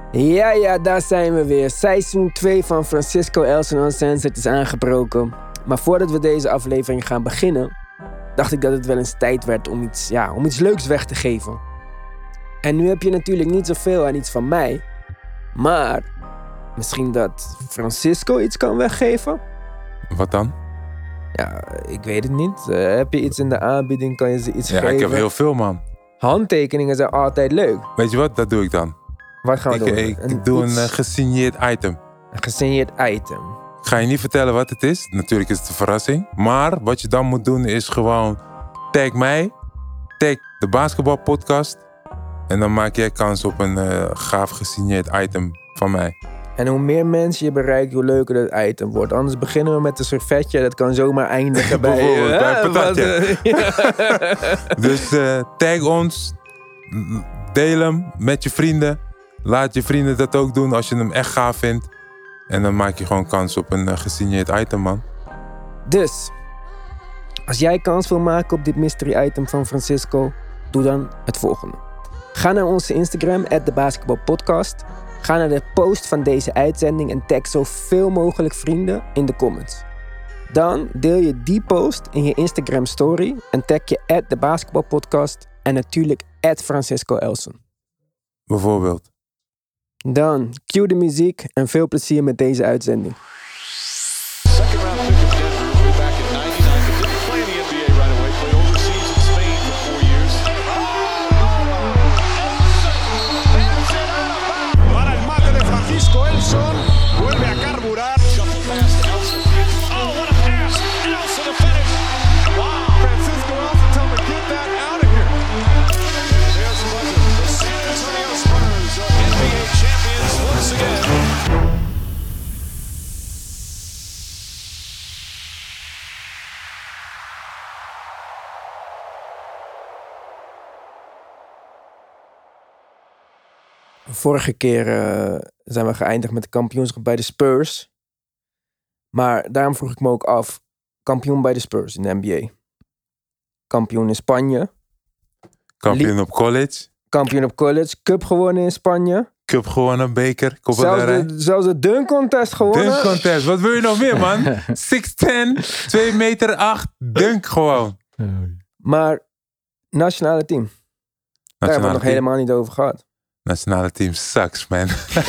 Ja, daar zijn we weer. Seizoen 2 van Francisco Elson Uncensored is aangebroken. Maar voordat we deze aflevering gaan beginnen, dacht ik dat het wel eens tijd werd om iets leuks weg te geven. En nu heb je natuurlijk niet zoveel aan iets van mij. Maar misschien dat Francisco iets kan weggeven? Wat dan? Ja, ik weet het niet. Heb je iets in de aanbieding? Kan je ze iets geven? Ja, ik heb heel veel, man. Handtekeningen zijn altijd leuk. Weet je wat? Dat doe ik dan. Wat gaan we doen? Ik doe een gesigneerd item. Een gesigneerd item. Ik ga je niet vertellen wat het is. Natuurlijk is het een verrassing. Maar wat je dan moet doen is gewoon tag mij. Tag de basketbalpodcast. En dan maak jij kans op een gaaf gesigneerd item van mij. En hoe meer mensen je bereikt, hoe leuker het item wordt. Anders beginnen we met een servetje. Dat kan zomaar eindigen bij... Bijvoorbeeld, bij een patatje. Dus tag ons. Deel hem met je vrienden. Laat je vrienden dat ook doen als je hem echt gaaf vindt. En dan maak je gewoon kans op een gesigneerd item, man. Dus, als jij kans wil maken op dit mystery item van Francisco, doe dan het volgende. Ga naar onze Instagram, @debasketbalpodcast. Ga naar de post van deze uitzending en tag zoveel mogelijk vrienden in de comments. Dan deel je die post in je Instagram story en tag je @debasketbalpodcast en natuurlijk @Francisco Elson. Bijvoorbeeld. Dan cue de muziek en veel plezier met deze uitzending. Second round pick of Denver, back in 99, but didn't play in the NBA right away. Played overseas in Spain for 4 years. Para el mate de Francisco Elson, vuelve a carburar. Shuffle pass to Elson. Oh, what a pass! Elson to finish. Wow! Francisco Elson, tell him to get that out of here. There's the buzzer. The San Antonio Spurs are NBA champions once again. Vorige keer zijn we geëindigd met de kampioenschap bij de Spurs. Maar daarom vroeg ik me ook af. Kampioen bij de Spurs in de NBA. Kampioen in Spanje. Kampioen op college. Kampioen op college. Cup gewonnen in Spanje. Cup gewonnen, beker. Zelfs de dunk contest gewonnen. Dunk contest. Wat wil je nog meer, man? 6'10", 2 meter 8, dunk gewoon. Maar nationale team. Daar hebben we het nog helemaal niet over gehad. Nationale team sucks, man.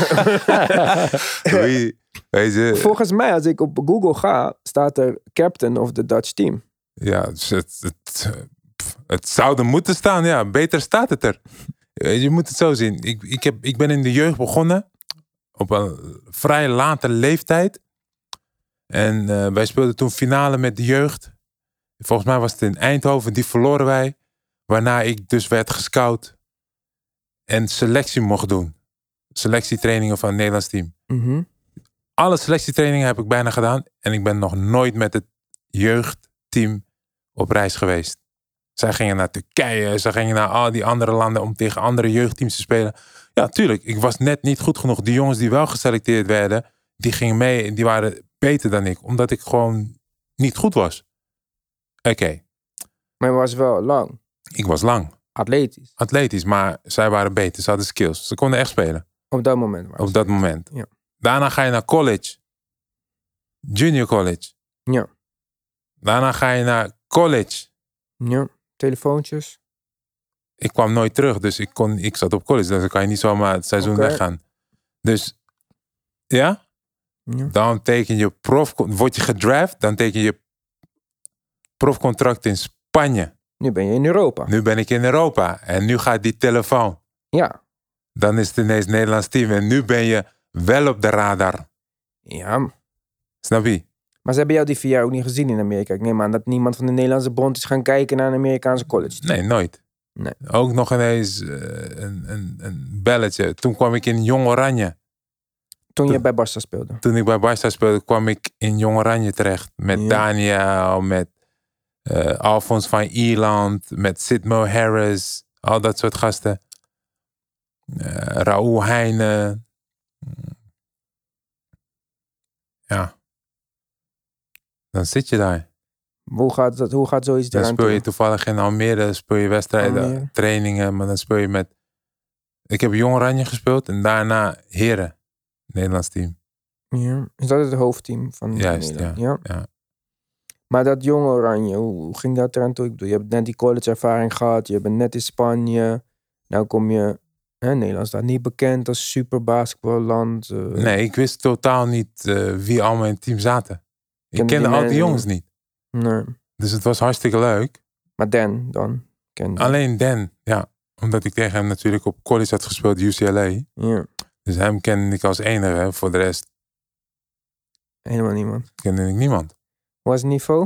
Weet je, Volgens mij, als ik op Google ga, staat er captain of the Dutch team. ja, het zou er moeten staan, ja. Beter staat het er. Je moet het zo zien. Ik ben in de jeugd begonnen. Op een vrij late leeftijd. En wij speelden toen finale met de jeugd. Volgens mij was het in Eindhoven. Die verloren wij. Waarna ik dus werd gescout. En selectie mocht doen. Selectietrainingen van het Nederlands team. Mhm. Alle selectietrainingen heb ik bijna gedaan. En ik ben nog nooit met het jeugdteam op reis geweest. Zij gingen naar Turkije. Zij gingen naar al die andere landen om tegen andere jeugdteams te spelen. Ja, tuurlijk. Ik was net niet goed genoeg. Die jongens die wel geselecteerd werden, die gingen mee en die waren beter dan ik. Omdat ik gewoon niet goed was. Oké. Maar je was wel lang. Ik was lang. Atletisch. Maar zij waren beter. Ze hadden skills. Ze konden echt spelen. Op dat moment. Op dat moment. Ja. Daarna ga je naar college. Junior college. Ja. Daarna ga je naar college. Ja. Telefoontjes. Ik kwam nooit terug. Dus ik zat op college. Dus dan kan je niet zomaar het seizoen weggaan. Dus ja. Dan teken je word je gedraft. Dan teken je profcontract in Spanje. Nu ben je in Europa. Nu ben ik in Europa. En nu gaat die telefoon. Ja. Dan is het ineens het Nederlands team. En nu ben je wel op de radar. Ja. Snap je? Maar ze hebben jou die 4 jaar ook niet gezien in Amerika. Ik neem aan dat niemand van de Nederlandse bond is gaan kijken naar een Amerikaanse college. Nee, nooit. Nee. Ook nog ineens een belletje. Toen kwam ik in Jong Oranje. Toen je bij Barca speelde. Toen ik bij Barca speelde, kwam ik in Jong Oranje terecht. Met Daniel, met Alphonse van Ierland, met Sidmo Harris. Al dat soort gasten. Raoul Heijnen. Ja. Dan zit je daar. Hoe gaat zoiets Dan eraan speel je toe? toevallig in Almere, speel je wedstrijden, Almere. trainingen, maar dan speel je met Ik heb Jong Oranje gespeeld en daarna Heren. Nederlands team. Ja. Is dat het hoofdteam van Juist, Nederland? ja. Maar dat Jong Oranje, hoe ging dat eraan toe? Ik bedoel, je hebt net die college-ervaring gehad. Je bent net in Spanje. Nou kom je... Nederland staat niet bekend als super basketballand. Nee, ik wist totaal niet wie allemaal in het team zaten. Ik kende al die jongens niet. Nee. Dus het was hartstikke leuk. Maar Dan kende. Alleen Dan, ja. Omdat ik tegen hem natuurlijk op college had gespeeld, UCLA. Ja, Dus hem kende ik als enige. Voor de rest helemaal niemand. kende ik niemand. Hoe was het niveau?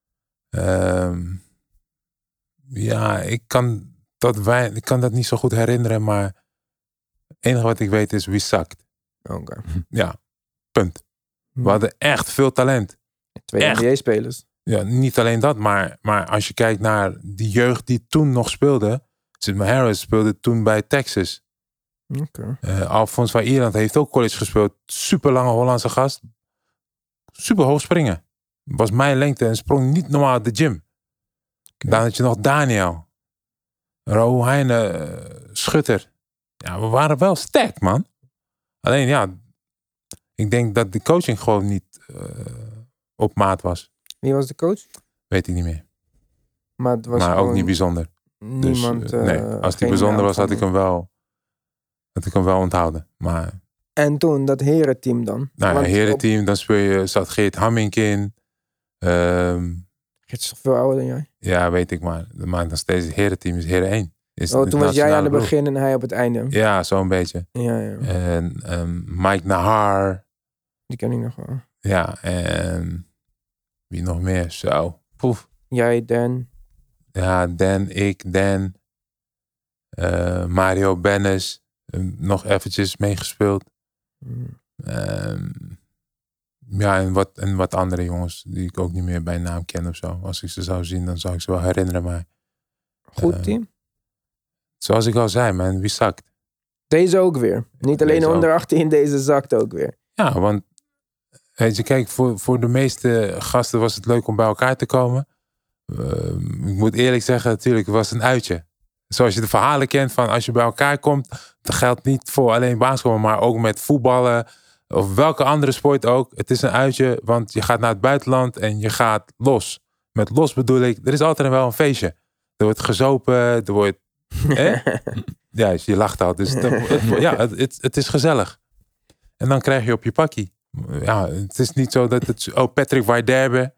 Ja, ik kan dat niet zo goed herinneren. Maar het enige wat ik weet is, we sucked. Oké. Ja, punt. We hadden echt veel talent. 2 echt. NBA-spelers. Ja, niet alleen dat, maar als je kijkt naar die jeugd die toen nog speelde. Sidney Harris speelde toen bij Texas. Oké. Alphonse van Ierland heeft ook college gespeeld. Super lange Hollandse gast. Super hoog springen. Was mijn lengte en sprong niet normaal uit de gym. Dan had je nog Daniel. Raoul Heine, Schutter. Ja, we waren wel sterk, man. Alleen ja, ik denk dat de coaching gewoon niet op maat was. Wie was de coach? Weet ik niet meer. Maar het was Maar ook gewoon niet bijzonder. niemand. Dus, nee, als die geen bijzonder naam was, had van- ik hem wel onthouden. Maar En toen, dat herenteam dan? nou ja, Want herenteam, dan zat Geert Hammink in. Het is toch veel ouder dan jij? Ja, weet ik maar. Maar nog steeds het herenteam is heren 1. Is Oh, het toen was jij aan nationale het ploeg. begin en hij op het einde. Ja, zo'n beetje. Ja. En Mike Nahar. Die ken ik nog wel. Ja, en wie nog meer? Zo. Poef. Jij, Dan. Ja, Dan. Mario Bennis. Nog eventjes meegespeeld. Ja, en wat andere jongens die ik ook niet meer bij naam ken of zo. Als ik ze zou zien, dan zou ik ze wel herinneren. Maar Goed team. zoals ik al zei, man, wie zakt? Deze ook weer. Niet alleen Deze ook. onder 18, deze zakt ook weer. Ja, want weet je, kijk, voor de meeste gasten was het leuk om bij elkaar te komen. Ik moet eerlijk zeggen, natuurlijk, het was een uitje. Zoals je de verhalen kent van als je bij elkaar komt, dat geldt niet voor alleen basketbal, maar ook met voetballen of welke andere sport ook. Het is een uitje, want je gaat naar het buitenland en je gaat los. Met los bedoel ik, er is altijd wel een feestje. Er wordt gezopen, er wordt... Ja, je lacht al. Dus het is gezellig. En dan krijg je op je pakkie. Ja, het is niet zo dat het... Oh, Patrick Waarderbe.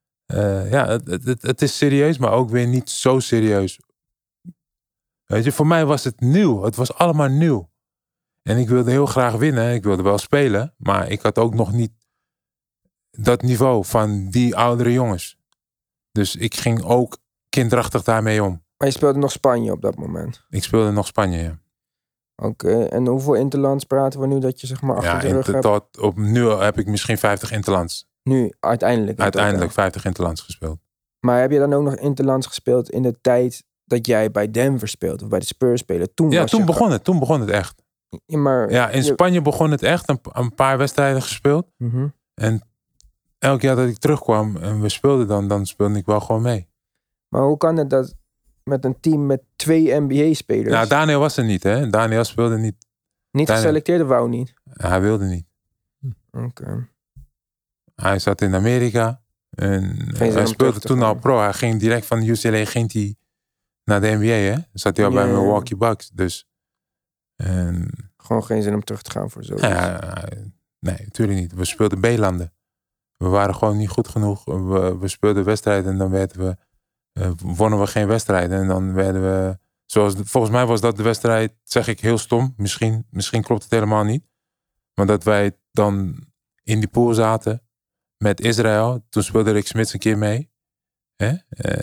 Het is serieus, maar ook weer niet zo serieus. Weet je, voor mij was het nieuw. Het was allemaal nieuw. En ik wilde heel graag winnen. Ik wilde wel spelen. Maar ik had ook nog niet dat niveau van die oudere jongens. Dus ik ging ook kinderachtig daarmee om. Maar je speelde nog Spanje op dat moment. Ik speelde nog Spanje, ja. Oké, en hoeveel interlands praten we nu dat je zeg maar achter de rug hebt? Nu heb ik misschien 50 interlands. Nu, uiteindelijk. in Uiteindelijk totaal. 50 interlands gespeeld. Maar heb je dan ook nog interlands gespeeld in de tijd dat jij bij Denver speelde? Of bij de Spurs speelde? Toen Ja, was toen je begon het echt. Ja, maar Ja, in Spanje begon het echt. Een paar wedstrijden gespeeld. Mhm. En elk jaar dat ik terugkwam en we speelden dan speelde ik wel gewoon mee. Maar hoe kan het dat met een team met 2 NBA-spelers Nou, Daniel was er niet, hè. Daniel speelde niet. niet Daniel- geselecteerd wou niet? Hij wilde niet. Oké. Hij zat in Amerika. En zin om hij speelde terug te toen gaan. al pro. Hij ging direct van de UCLA ging hij naar de NBA, hè. Dan zat hij al bij Ja. Milwaukee Bucks. Dus... En, Gewoon geen zin om terug te gaan voor zo. nee, natuurlijk niet. We speelden B-landen. We waren gewoon niet goed genoeg. We speelden wedstrijden en dan wonnen we geen wedstrijden. En dan werden we... Volgens mij was dat de wedstrijd, zeg ik heel stom. Misschien klopt het helemaal niet. Maar dat wij dan in die pool zaten met Israël. Toen speelde Rick Smits een keer mee. Hè?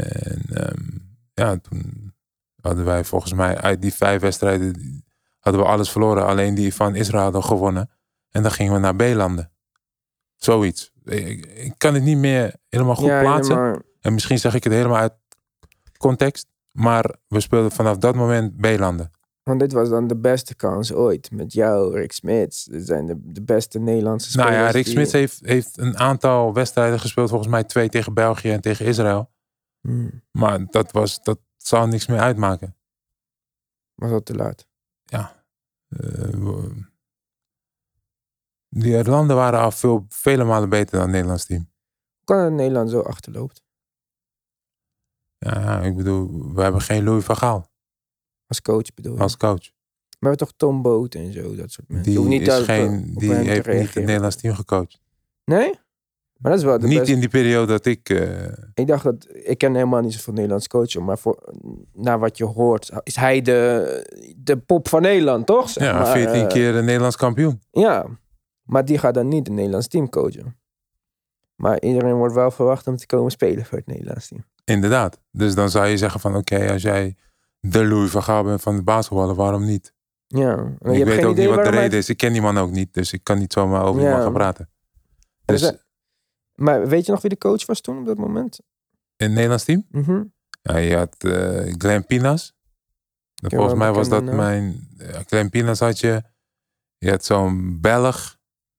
En toen hadden wij volgens mij uit die 5 wedstrijden... hadden we alles verloren. Alleen die van Israël hadden gewonnen. En dan gingen we naar B-landen. Zoiets. Ik kan het niet meer helemaal goed plaatsen. Maar En misschien zeg ik het helemaal uit context. Maar we speelden vanaf dat moment B-landen. want dit was dan de beste kans ooit. Met jou, Rick Smits. Dit zijn de beste Nederlandse spelers. Nou ja, Rick die- Smits heeft een aantal wedstrijden gespeeld. Volgens mij 2 tegen België en tegen Israël. Maar dat zou niks meer uitmaken. Was al te laat. Ja. Die landen waren al vele malen beter dan het Nederlands team. Hoe kan het Nederland zo achterloopt? Ja, ik bedoel, we hebben geen Louis van Gaal Als coach bedoel je? als coach. Maar we hebben toch Tom Boot en zo, dat soort mensen. Je Die, hoeft niet heeft op niet hem te het reageren. Nederlands team gecoacht. Nee? Maar dat is wel de Niet beste. in die periode dat ik... Ik dacht dat... Ik ken helemaal niet zoveel Nederlands coachen. Maar naar wat je hoort... Is hij de pop van Nederland, toch? Zeg ja, maar, 14 keer een Nederlands kampioen. Ja. Maar die gaat dan niet het Nederlands team coachen. Maar iedereen wordt wel verwacht om te komen spelen voor het Nederlands team. Inderdaad. Dus dan zou je zeggen van... Oké, als jij de Louis van Gaal bent van de basketballen, waarom niet? Ja. Maar Ik weet ook niet wat de waarom reden is. Ik ken die man ook niet. Dus ik kan niet zomaar over die Ja. man gaan praten. Dus Maar weet je nog wie de coach was toen op dat moment? in het Nederlands team? Mhm. Ja, je had Glenn Pinas. Volgens mij was dat bekende mijn... Glenn Pinas had je. Je had zo'n Belg.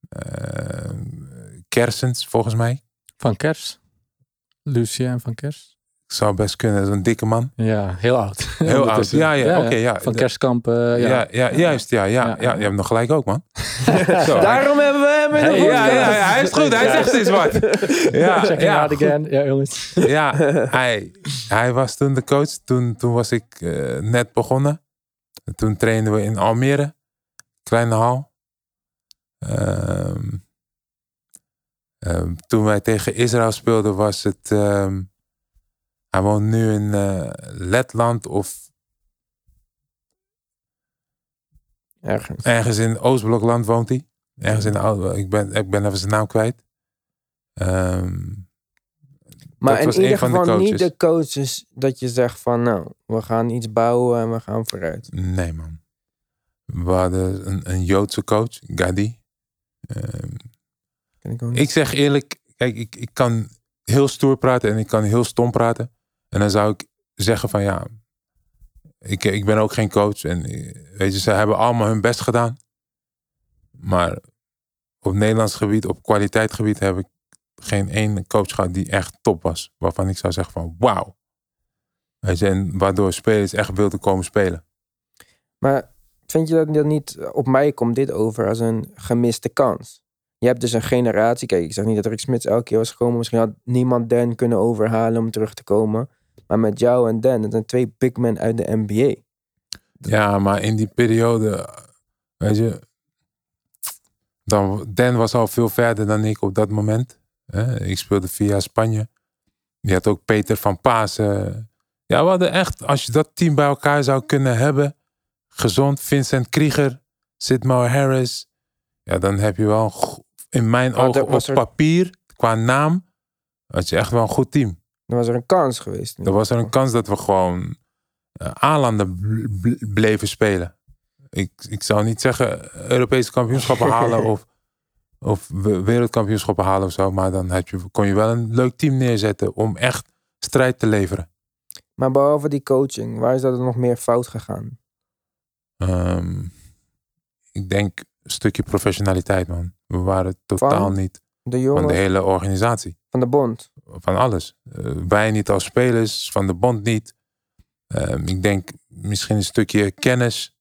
Kersens, volgens mij. Van Kers. Lucien van Kers. Zou best kunnen. Zo'n dikke man. Ja, heel oud. Heel oud. Ondertussen. Ja, oké, ja. Van Kerskamp. Ja. Juist. Ja. Je hebt nog gelijk ook, man. Zo, Daarom hebben we hem in de ja, podcast. hij is goed. Hij zegt eens wat. Ja, Check ja, out again. Ja, jongens. ja, hij was toen de coach. Toen was ik net begonnen. Toen trainden we in Almere. Kleine hal. Toen wij tegen Israël speelden was het... hij woont nu in Letland of ergens in Oostblokland woont hij. Ergens in ik ben even zijn naam kwijt. Maar dat in was ieder een van de geval niet coaches. de coaches dat je zegt van nou, we gaan iets bouwen en we gaan vooruit. Nee, man. We hadden een Joodse coach, Gadi. Ken ik ook niet. Ik zeg eerlijk, kijk, ik kan heel stoer praten en ik kan heel stom praten. En dan zou ik zeggen van ja, ik ben ook geen coach. En weet je, ze hebben allemaal hun best gedaan. Maar op Nederlands gebied, op kwaliteitsgebied heb ik geen één coach gehad die echt top was. Waarvan ik zou zeggen van wauw. Weet je, en waardoor spelers echt wilden komen spelen. Maar vind je dat niet, op mij komt dit over als een gemiste kans? Je hebt dus een generatie, kijk, ik zeg niet dat Rick Smits elke keer was gekomen. Misschien had niemand Dan kunnen overhalen om terug te komen. Maar met jou en Dan, dat zijn 2 big men uit de NBA. Ja, maar in die periode, weet je, Dan was al veel verder dan ik op dat moment. Ik speelde via Spanje. Je had ook Peter van Paasen. Ja, we hadden echt, als je dat team bij elkaar zou kunnen hebben, gezond, Vincent Krieger, Sidmar Harris. Ja, dan heb je wel in mijn ogen op papier, qua naam, had je echt wel een goed team. Dan was er een kans geweest. Er was er een kans dat we gewoon aanlanden bleven spelen. Ik zou niet zeggen Europese kampioenschappen halen of wereldkampioenschappen halen of zo. Maar dan kon je wel een leuk team neerzetten om echt strijd te leveren. Maar behalve die coaching, waar is dat er nog meer fout gegaan? Ik denk een stukje professionaliteit, man. We waren totaal niet De jongens van de hele organisatie. van de bond. Van alles. Wij niet als spelers, van de bond niet. Ik denk misschien een stukje kennis.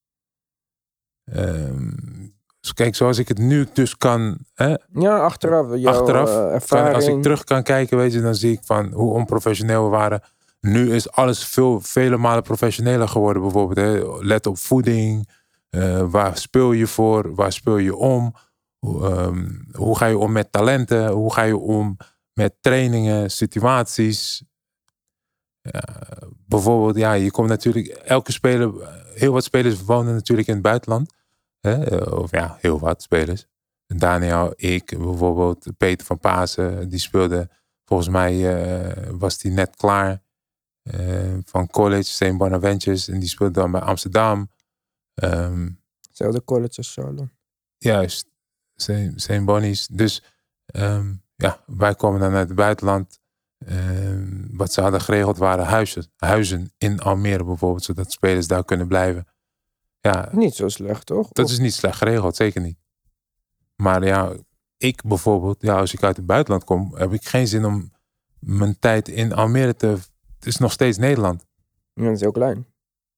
Kijk, zoals ik het nu dus kan... Ja, achteraf. Ervaring. Als ik terug kan kijken, weet je, dan zie ik van hoe onprofessioneel we waren. Nu is alles vele malen professioneler geworden. Bijvoorbeeld, let op voeding. Waar speel je voor? Waar speel je om? Hoe ga je om met talenten? Hoe ga je om met trainingen, situaties? Bijvoorbeeld, ja, je komt natuurlijk... Elke speler... Heel wat spelers wonen natuurlijk in het buitenland. Of ja, heel wat spelers. Daniel, ik, bijvoorbeeld Peter van Paasen. Die speelde... Volgens mij was die net klaar. Van college, St. Bonaventures. En die speelde dan bij Amsterdam. Hetzelfde college als Charlotte. Juist. St. Bonnie's. Dus ja, wij komen dan uit het buitenland. Wat ze hadden geregeld waren huizen in Almere bijvoorbeeld. Zodat spelers daar kunnen blijven. Ja, Niet zo slecht, toch? dat is niet slecht geregeld. Zeker niet. Maar ja, ik bijvoorbeeld. Ja, als ik uit het buitenland kom. Heb ik geen zin om mijn tijd in Almere te... Het is nog steeds Nederland. Ja, dat is heel klein.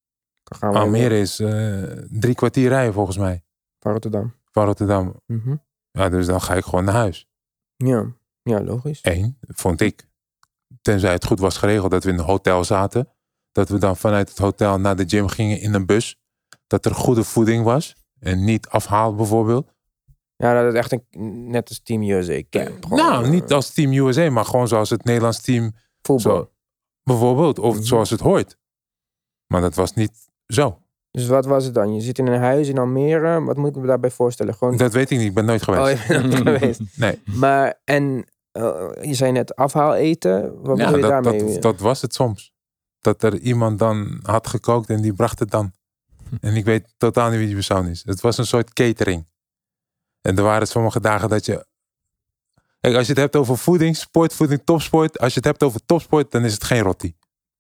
Gaan we Almere is 3 kwartier rijden volgens mij. van Rotterdam. Van Rotterdam. Mhm. Ja, dus dan ga ik gewoon naar huis. Ja, logisch. 1, vond ik. Tenzij het goed was geregeld dat we in een hotel zaten. Dat we dan vanuit het hotel naar de gym gingen in een bus. Dat er goede voeding was. En niet afhaal bijvoorbeeld. Ja, dat is echt net als Team USA camp. Gewoon, Nou, niet als Team USA, maar gewoon zoals het Nederlands team. voetbal. Zo, bijvoorbeeld. Of zoals het hoort. Maar dat was niet zo. Dus wat was het dan? Je zit in een huis in Almere. Wat moet ik me daarbij voorstellen? Gewoon... Dat weet ik niet. Ik ben nooit geweest. Oh, je bent er geweest. Nee. Maar, en je zei net afhaal eten. Wat bedoel je daarmee? Dat was het soms. Dat er iemand dan had gekookt en die bracht het dan. En ik weet totaal niet wie die persoon is. Het was een soort catering. En er waren sommige dagen dat je... Kijk, als je het hebt over voeding, sportvoeding, topsport. Als je het hebt over topsport, dan is het geen rotti.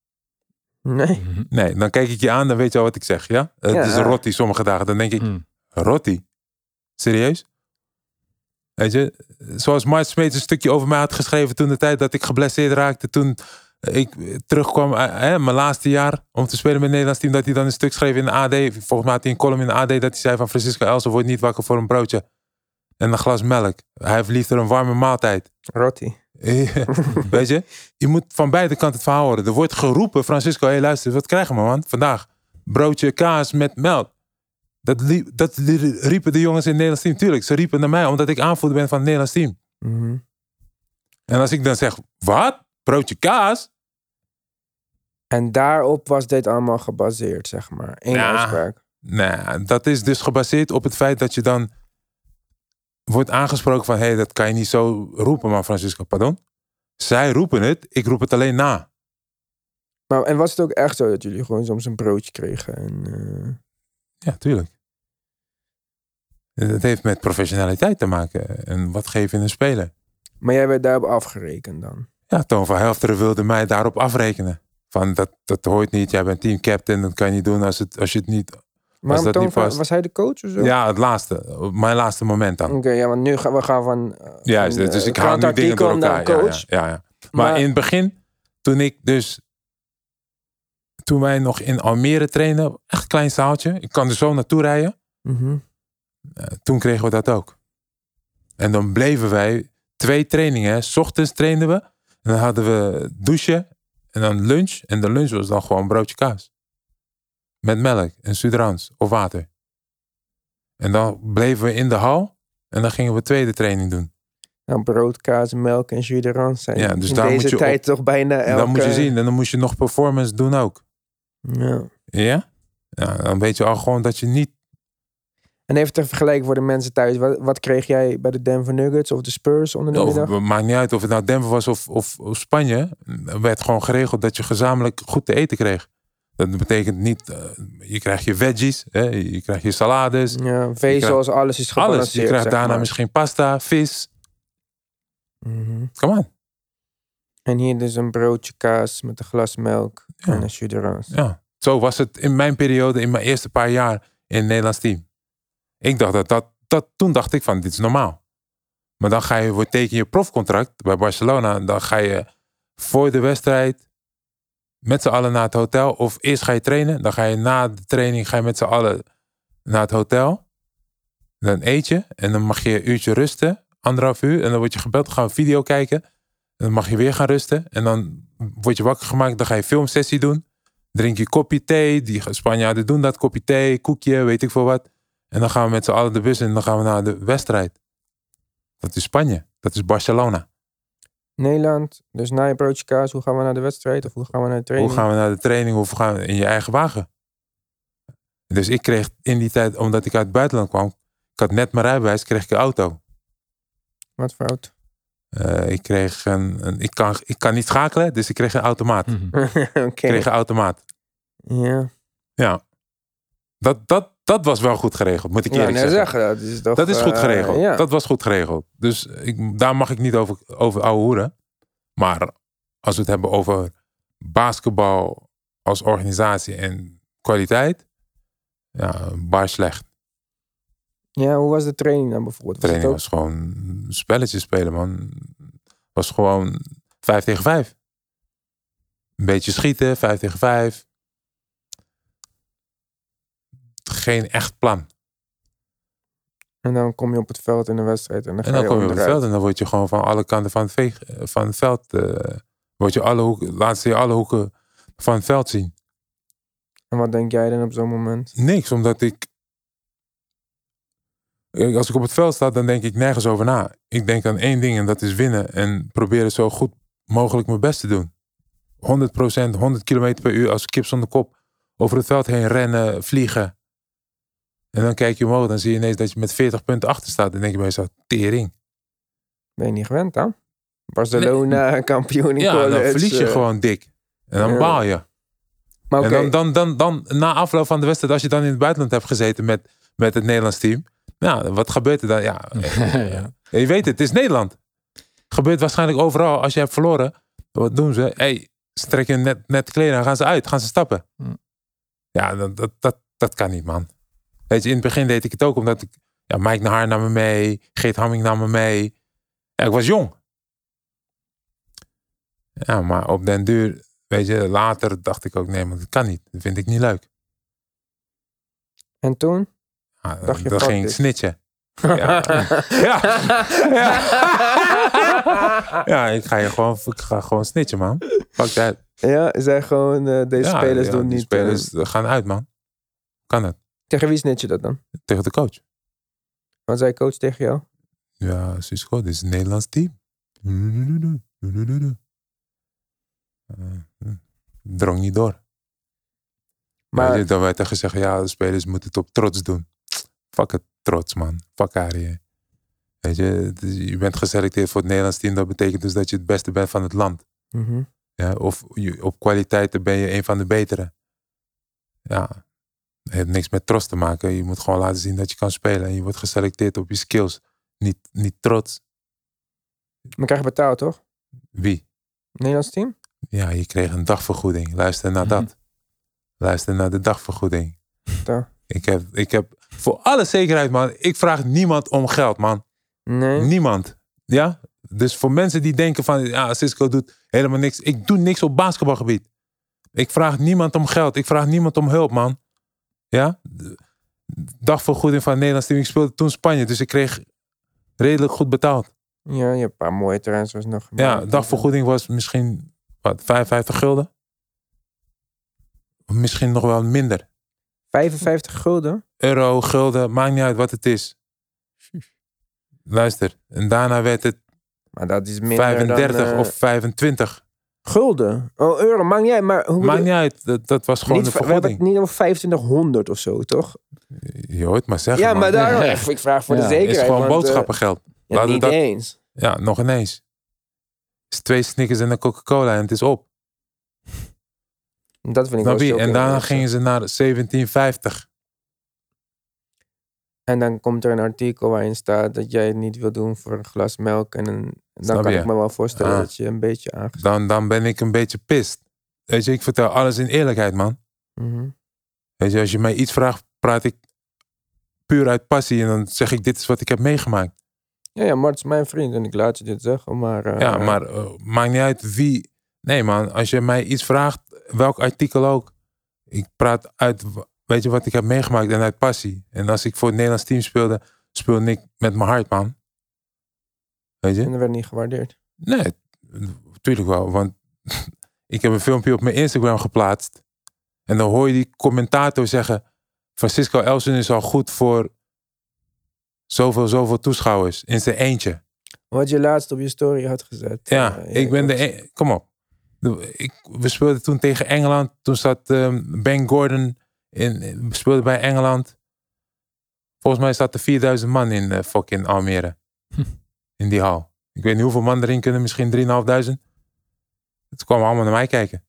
Nee. Nee, dan kijk ik je aan, dan weet je al wat ik zeg. Ja? Het is een rotti sommige dagen. Dan denk ik, rotti? Serieus? Weet je, zoals Mart Smeets een stukje over mij had geschreven toen de tijd dat ik geblesseerd raakte. Toen ik terugkwam, mijn laatste jaar om te spelen met het Nederlands team. Dat hij dan een stuk schreef in de AD. Volgens mij had hij een column in de AD dat hij zei van Francisco Elsen wordt niet wakker voor een broodje en een glas melk. Hij heeft liever een warme maaltijd. Rotti. Weet je, je moet van beide kanten het verhaal horen. Er wordt geroepen, Francisco, hé luister, wat krijgen we man vandaag? Broodje kaas met melk. Dat riepen de jongens in het Nederlands team. Tuurlijk, ze riepen naar mij omdat ik aanvoerder ben van het Nederlands team. Mm-hmm. En als ik dan zeg, wat? Broodje kaas? En daarop was dit allemaal gebaseerd, zeg maar. Eén uitspraak. Nee, dat is dus gebaseerd op het feit dat je dan wordt aangesproken van, hé, dat kan je niet zo roepen, maar Francisco, pardon. Zij roepen het, ik roep het alleen na. Maar, en was het ook echt zo dat jullie gewoon soms een broodje kregen? En, Ja, tuurlijk. Het heeft met professionaliteit te maken. En wat geef je een speler? Maar jij werd daarop afgerekend dan? Ja, Toon van Helfteren wilde mij daarop afrekenen. Van, dat hoort niet, jij bent teamcaptain, dat kan je niet doen als je het niet... Maar was hij de coach of zo? Ja, het laatste. Mijn laatste moment dan. Oké, ja, want nu gaan we van... Juist, dus ik haal nu dingen door elkaar. Coach. Ja. Maar in het begin, toen wij nog in Almere trainen, echt een klein zaaltje. Ik kan er zo naartoe rijden. Mm-hmm. Toen kregen we dat ook. En dan bleven wij 2 trainingen. 's Ochtends trainden we. En dan hadden we douchen. En dan lunch. En de lunch was dan gewoon broodje kaas. Met melk en sudrans of water. En dan bleven we in de hal. En dan gingen we tweede training doen. Nou, brood, kaas, melk en jus d'orange zijn ja, dus in daar deze moet je tijd toch bijna elke... Dan moet je zien. En dan moest je nog performance doen ook. Ja. Ja? Ja, dan weet je al gewoon dat je niet... En even ter vergelijking voor de mensen thuis. Wat kreeg jij bij de Denver Nuggets of de Spurs onder de middag? Maakt niet uit of het nou Denver was of Spanje. Er werd gewoon geregeld dat je gezamenlijk goed te eten kreeg. Dat betekent niet... je krijgt je veggies. Hè, je krijgt je salades. Ja, vezels, alles is gebalanceerd. Alles. Je krijgt daarna misschien pasta, vis. Mm-hmm. Come on. En hier dus een broodje kaas met een glas melk en een jus d'orange. Ja, zo was het in mijn periode, in mijn eerste paar jaar in het Nederlands team. Ik dacht toen dacht ik van, dit is normaal. Maar dan teken je profcontract bij Barcelona. Dan ga je voor de wedstrijd met z'n allen naar het hotel. Of eerst ga je trainen. Dan ga je na de training met z'n allen naar het hotel. Dan eet je. En dan mag je een uurtje rusten. 1,5 uur. En dan word je gebeld. Dan gaan we video kijken. En dan mag je weer gaan rusten. En dan word je wakker gemaakt. Dan ga je filmsessie doen. Drink je kopje thee. Die Spanjaarden doen dat. Kopje thee, koekje, weet ik veel wat. En dan gaan we met z'n allen de bus in. En dan gaan we naar de wedstrijd. Dat is Spanje. Dat is Barcelona. Nederland, dus na je broodje kaas, hoe gaan we naar de wedstrijd? Of hoe gaan we naar de training? Hoe gaan we naar de training? Of gaan we in je eigen wagen? Dus ik kreeg in die tijd, omdat ik uit het buitenland kwam. Ik had net mijn rijbewijs, kreeg ik een auto. Wat voor auto? Ik kreeg ik kan niet schakelen, dus ik kreeg een automaat. Okay. Ik kreeg een automaat. Ja. Ja. Dat was wel goed geregeld, moet ik eerlijk zeggen. Dat is toch, dat is goed geregeld. Ja. Dat was goed geregeld. Dus daar mag ik niet over ouwe hoeren. Maar als we het hebben over basketbal als organisatie en kwaliteit. Ja, bar slecht. Ja, hoe was de training dan bijvoorbeeld? De training was gewoon spelletjes spelen, man. Was gewoon 5 tegen 5. Een beetje schieten, 5 tegen 5. geen echt plan. En dan kom je op het veld in de wedstrijd. En dan En dan kom je op het veld en dan word je gewoon van alle kanten van het veld. Word je laat ze je alle hoeken van het veld zien. En wat denk jij dan op zo'n moment? Niks, omdat als ik op het veld sta, dan denk ik nergens over na. Ik denk aan één ding en dat is winnen. En proberen zo goed mogelijk mijn best te doen. 100%, 100 kilometer per uur als kip zonder kop. Over het veld heen rennen, vliegen. En dan kijk je omhoog, dan zie je ineens dat je met 40 punten achter staat. Dan denk je bij jezelf, tering. Ben je niet gewend dan? Barcelona, kampioen in Ja, college. dan verlies je gewoon dik. En dan baal je. Maar oké. En dan na afloop van de wedstrijd, als je dan in het buitenland hebt gezeten met het Nederlands team. Ja, wat gebeurt er dan? Ja, je weet het is Nederland. Gebeurt waarschijnlijk overal. Als je hebt verloren, wat doen ze? Ze trekken net kleden en gaan ze uit. Gaan ze stappen. Ja, dat kan niet, man. Weet je, in het begin deed ik het ook omdat Mike Naar nam me mee. Geert Hamming nam me mee. Ja, ik was jong. Ja, maar op den duur, weet je, later dacht ik ook, nee, maar dat kan niet. Dat vind ik niet leuk. En toen? Ja, dan ging ik snitchen. Ja. Ja, ik ga gewoon snitchen, man. Fuck that. Ja, zei gewoon, deze spelers doen niet. Spelers gaan uit, man. Kan het. Tegen wie snitch je dat dan? Tegen de coach. Wat zei coach tegen jou? Ja, Cisco, dit is een Nederlands team. Drong niet door. Maar dan werd er gezegd, ja, de spelers moeten het op trots doen. Fuck het, trots, man. Fuck Arie. Weet je bent geselecteerd voor het Nederlands team. Dat betekent dus dat je het beste bent van het land. Mm-hmm. Ja, of op kwaliteiten ben je een van de betere. Ja, het heeft niks met trots te maken. Je moet gewoon laten zien dat je kan spelen. En je wordt geselecteerd op je skills. Niet trots. Maar krijg je betaald, toch? Wie? Nederlands team? Ja, je kreeg een dagvergoeding. Luister naar dat. Luister naar de dagvergoeding. Ik heb voor alle zekerheid, man. Ik vraag niemand om geld, man. Nee. Niemand. Ja? Dus voor mensen die denken van, ja, Cisco doet helemaal niks. Ik doe niks op basketbalgebied. Ik vraag niemand om geld. Ik vraag niemand om hulp, man. Ja? Dagvergoeding van het Nederlands team. Ik speelde toen Spanje, dus ik kreeg redelijk goed betaald. Ja, je hebt een paar mooie transfers nog gemaakt. Ja, dagvergoeding was misschien, 55 gulden? Of misschien nog wel minder. 55 gulden? Euro, gulden, maakt niet uit wat het is. Luister, en daarna werd het maar dat is minder 35 dan, of 25. Gulden? Oh, euro, maakt niet uit. Maar maakt niet uit, dat was gewoon de vergoeding. We hebben het niet over 2500 of zo, toch? Je hoort maar zeggen, ja, man. maar daarom, ik vraag voor de zekerheid. Het is gewoon boodschappengeld. Ja, niet eens. Ja, nog ineens. Het is 2 Snickers en een Coca-Cola en het is op. Dat vind ik wel zo. En daarna gingen ze naar 1750. En dan komt er een artikel waarin staat dat jij het niet wil doen voor een glas melk. En dan kan ik me wel voorstellen dat je een beetje aangezet. Dan ben ik een beetje pist. Weet je, ik vertel alles in eerlijkheid, man. Mm-hmm. Weet je, als je mij iets vraagt, praat ik puur uit passie. En dan zeg ik, dit is wat ik heb meegemaakt. Ja, Mart is mijn vriend en ik laat je dit zeggen. Maar, maakt niet uit wie. Nee, man, als je mij iets vraagt, welk artikel ook. Ik praat uit, weet je, wat ik heb meegemaakt en uit passie. En als ik voor het Nederlands team speelde ik met mijn hart, man. Weet je? En dat werd niet gewaardeerd. Nee, natuurlijk wel. Want ik heb een filmpje op mijn Instagram geplaatst. En dan hoor je die commentator zeggen, Francisco Elsen is al goed voor zoveel toeschouwers in zijn eentje. Wat je laatst op je story had gezet. Ja, ik ben kom op. We speelden toen tegen Engeland. Toen zat Ben Gordon we speelden bij Engeland. Volgens mij zat er 4000 man in fucking Almere. In die hal. Ik weet niet hoeveel man erin kunnen. Misschien 3500. Het kwam allemaal naar mij kijken.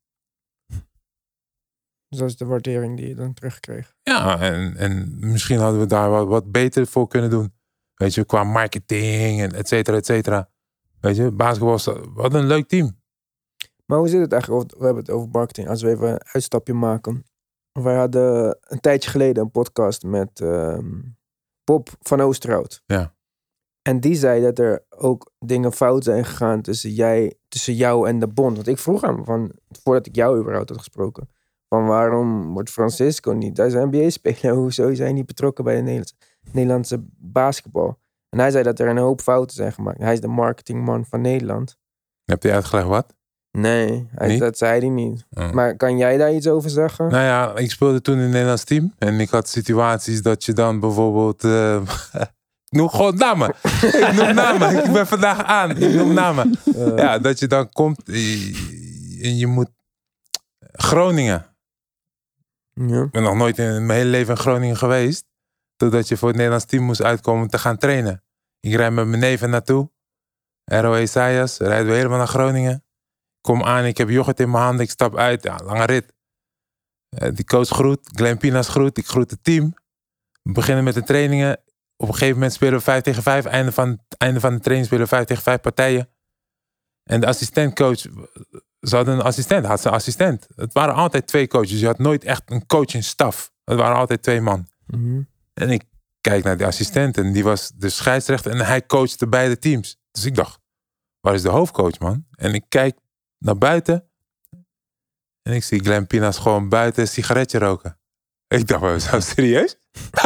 Dus dat is de waardering die je dan terugkreeg. Ja, en misschien hadden we daar wat beter voor kunnen doen. Weet je, qua marketing en et cetera, et cetera. Weet je, basketbal, wat een leuk team. Maar hoe zit het eigenlijk? We hebben het over marketing. Als we even een uitstapje maken. Wij hadden een tijdje geleden een podcast met Bob van Oosterhout. Ja. En die zei dat er ook dingen fout zijn gegaan tussen jou en de bond. Want ik vroeg hem, voordat ik jou überhaupt had gesproken. van waarom wordt Francisco niet? Hij is een NBA-speler. Hoezo is hij niet betrokken bij de Nederlandse basketbal? En hij zei dat er een hoop fouten zijn gemaakt. Hij is de marketingman van Nederland. Heb je uitgelegd wat? Nee, Niet? dat zei hij niet. Oh. Maar kan jij daar iets over zeggen? Nou ja, ik speelde toen in het Nederlands team. En ik had situaties dat je dan bijvoorbeeld... ik noem gewoon namen. Ik noem namen. Ik ben vandaag aan. Ik noem namen. Ja, dat je dan komt en je moet... Groningen. Ja. Ik ben nog nooit in mijn hele leven in Groningen geweest. Totdat je voor het Nederlands team moest uitkomen om te gaan trainen. Ik rijd met mijn neven naartoe. ROE Isaias. Rijden we helemaal naar Groningen. Kom aan, ik heb yoghurt in mijn handen. Ik stap uit. Ja, lange rit. Die coach groet. Glenn Pinas groet. Ik groet het team. We beginnen met de trainingen. Op een gegeven moment spelen we 5 tegen 5. Einde van de training spelen we 5 tegen 5 partijen. En de assistentcoach... Ze hadden een assistent, had zijn assistent. Het waren altijd 2 coaches. Je had nooit echt een coaching staf. Het waren altijd 2 man. Mm-hmm. En ik kijk naar die assistent en die was de scheidsrechter en hij coachte beide teams. Dus ik dacht, waar is de hoofdcoach, man? En ik kijk naar buiten en ik zie Glenn Pinas gewoon buiten een sigaretje roken. Ik dacht, was dat serieus?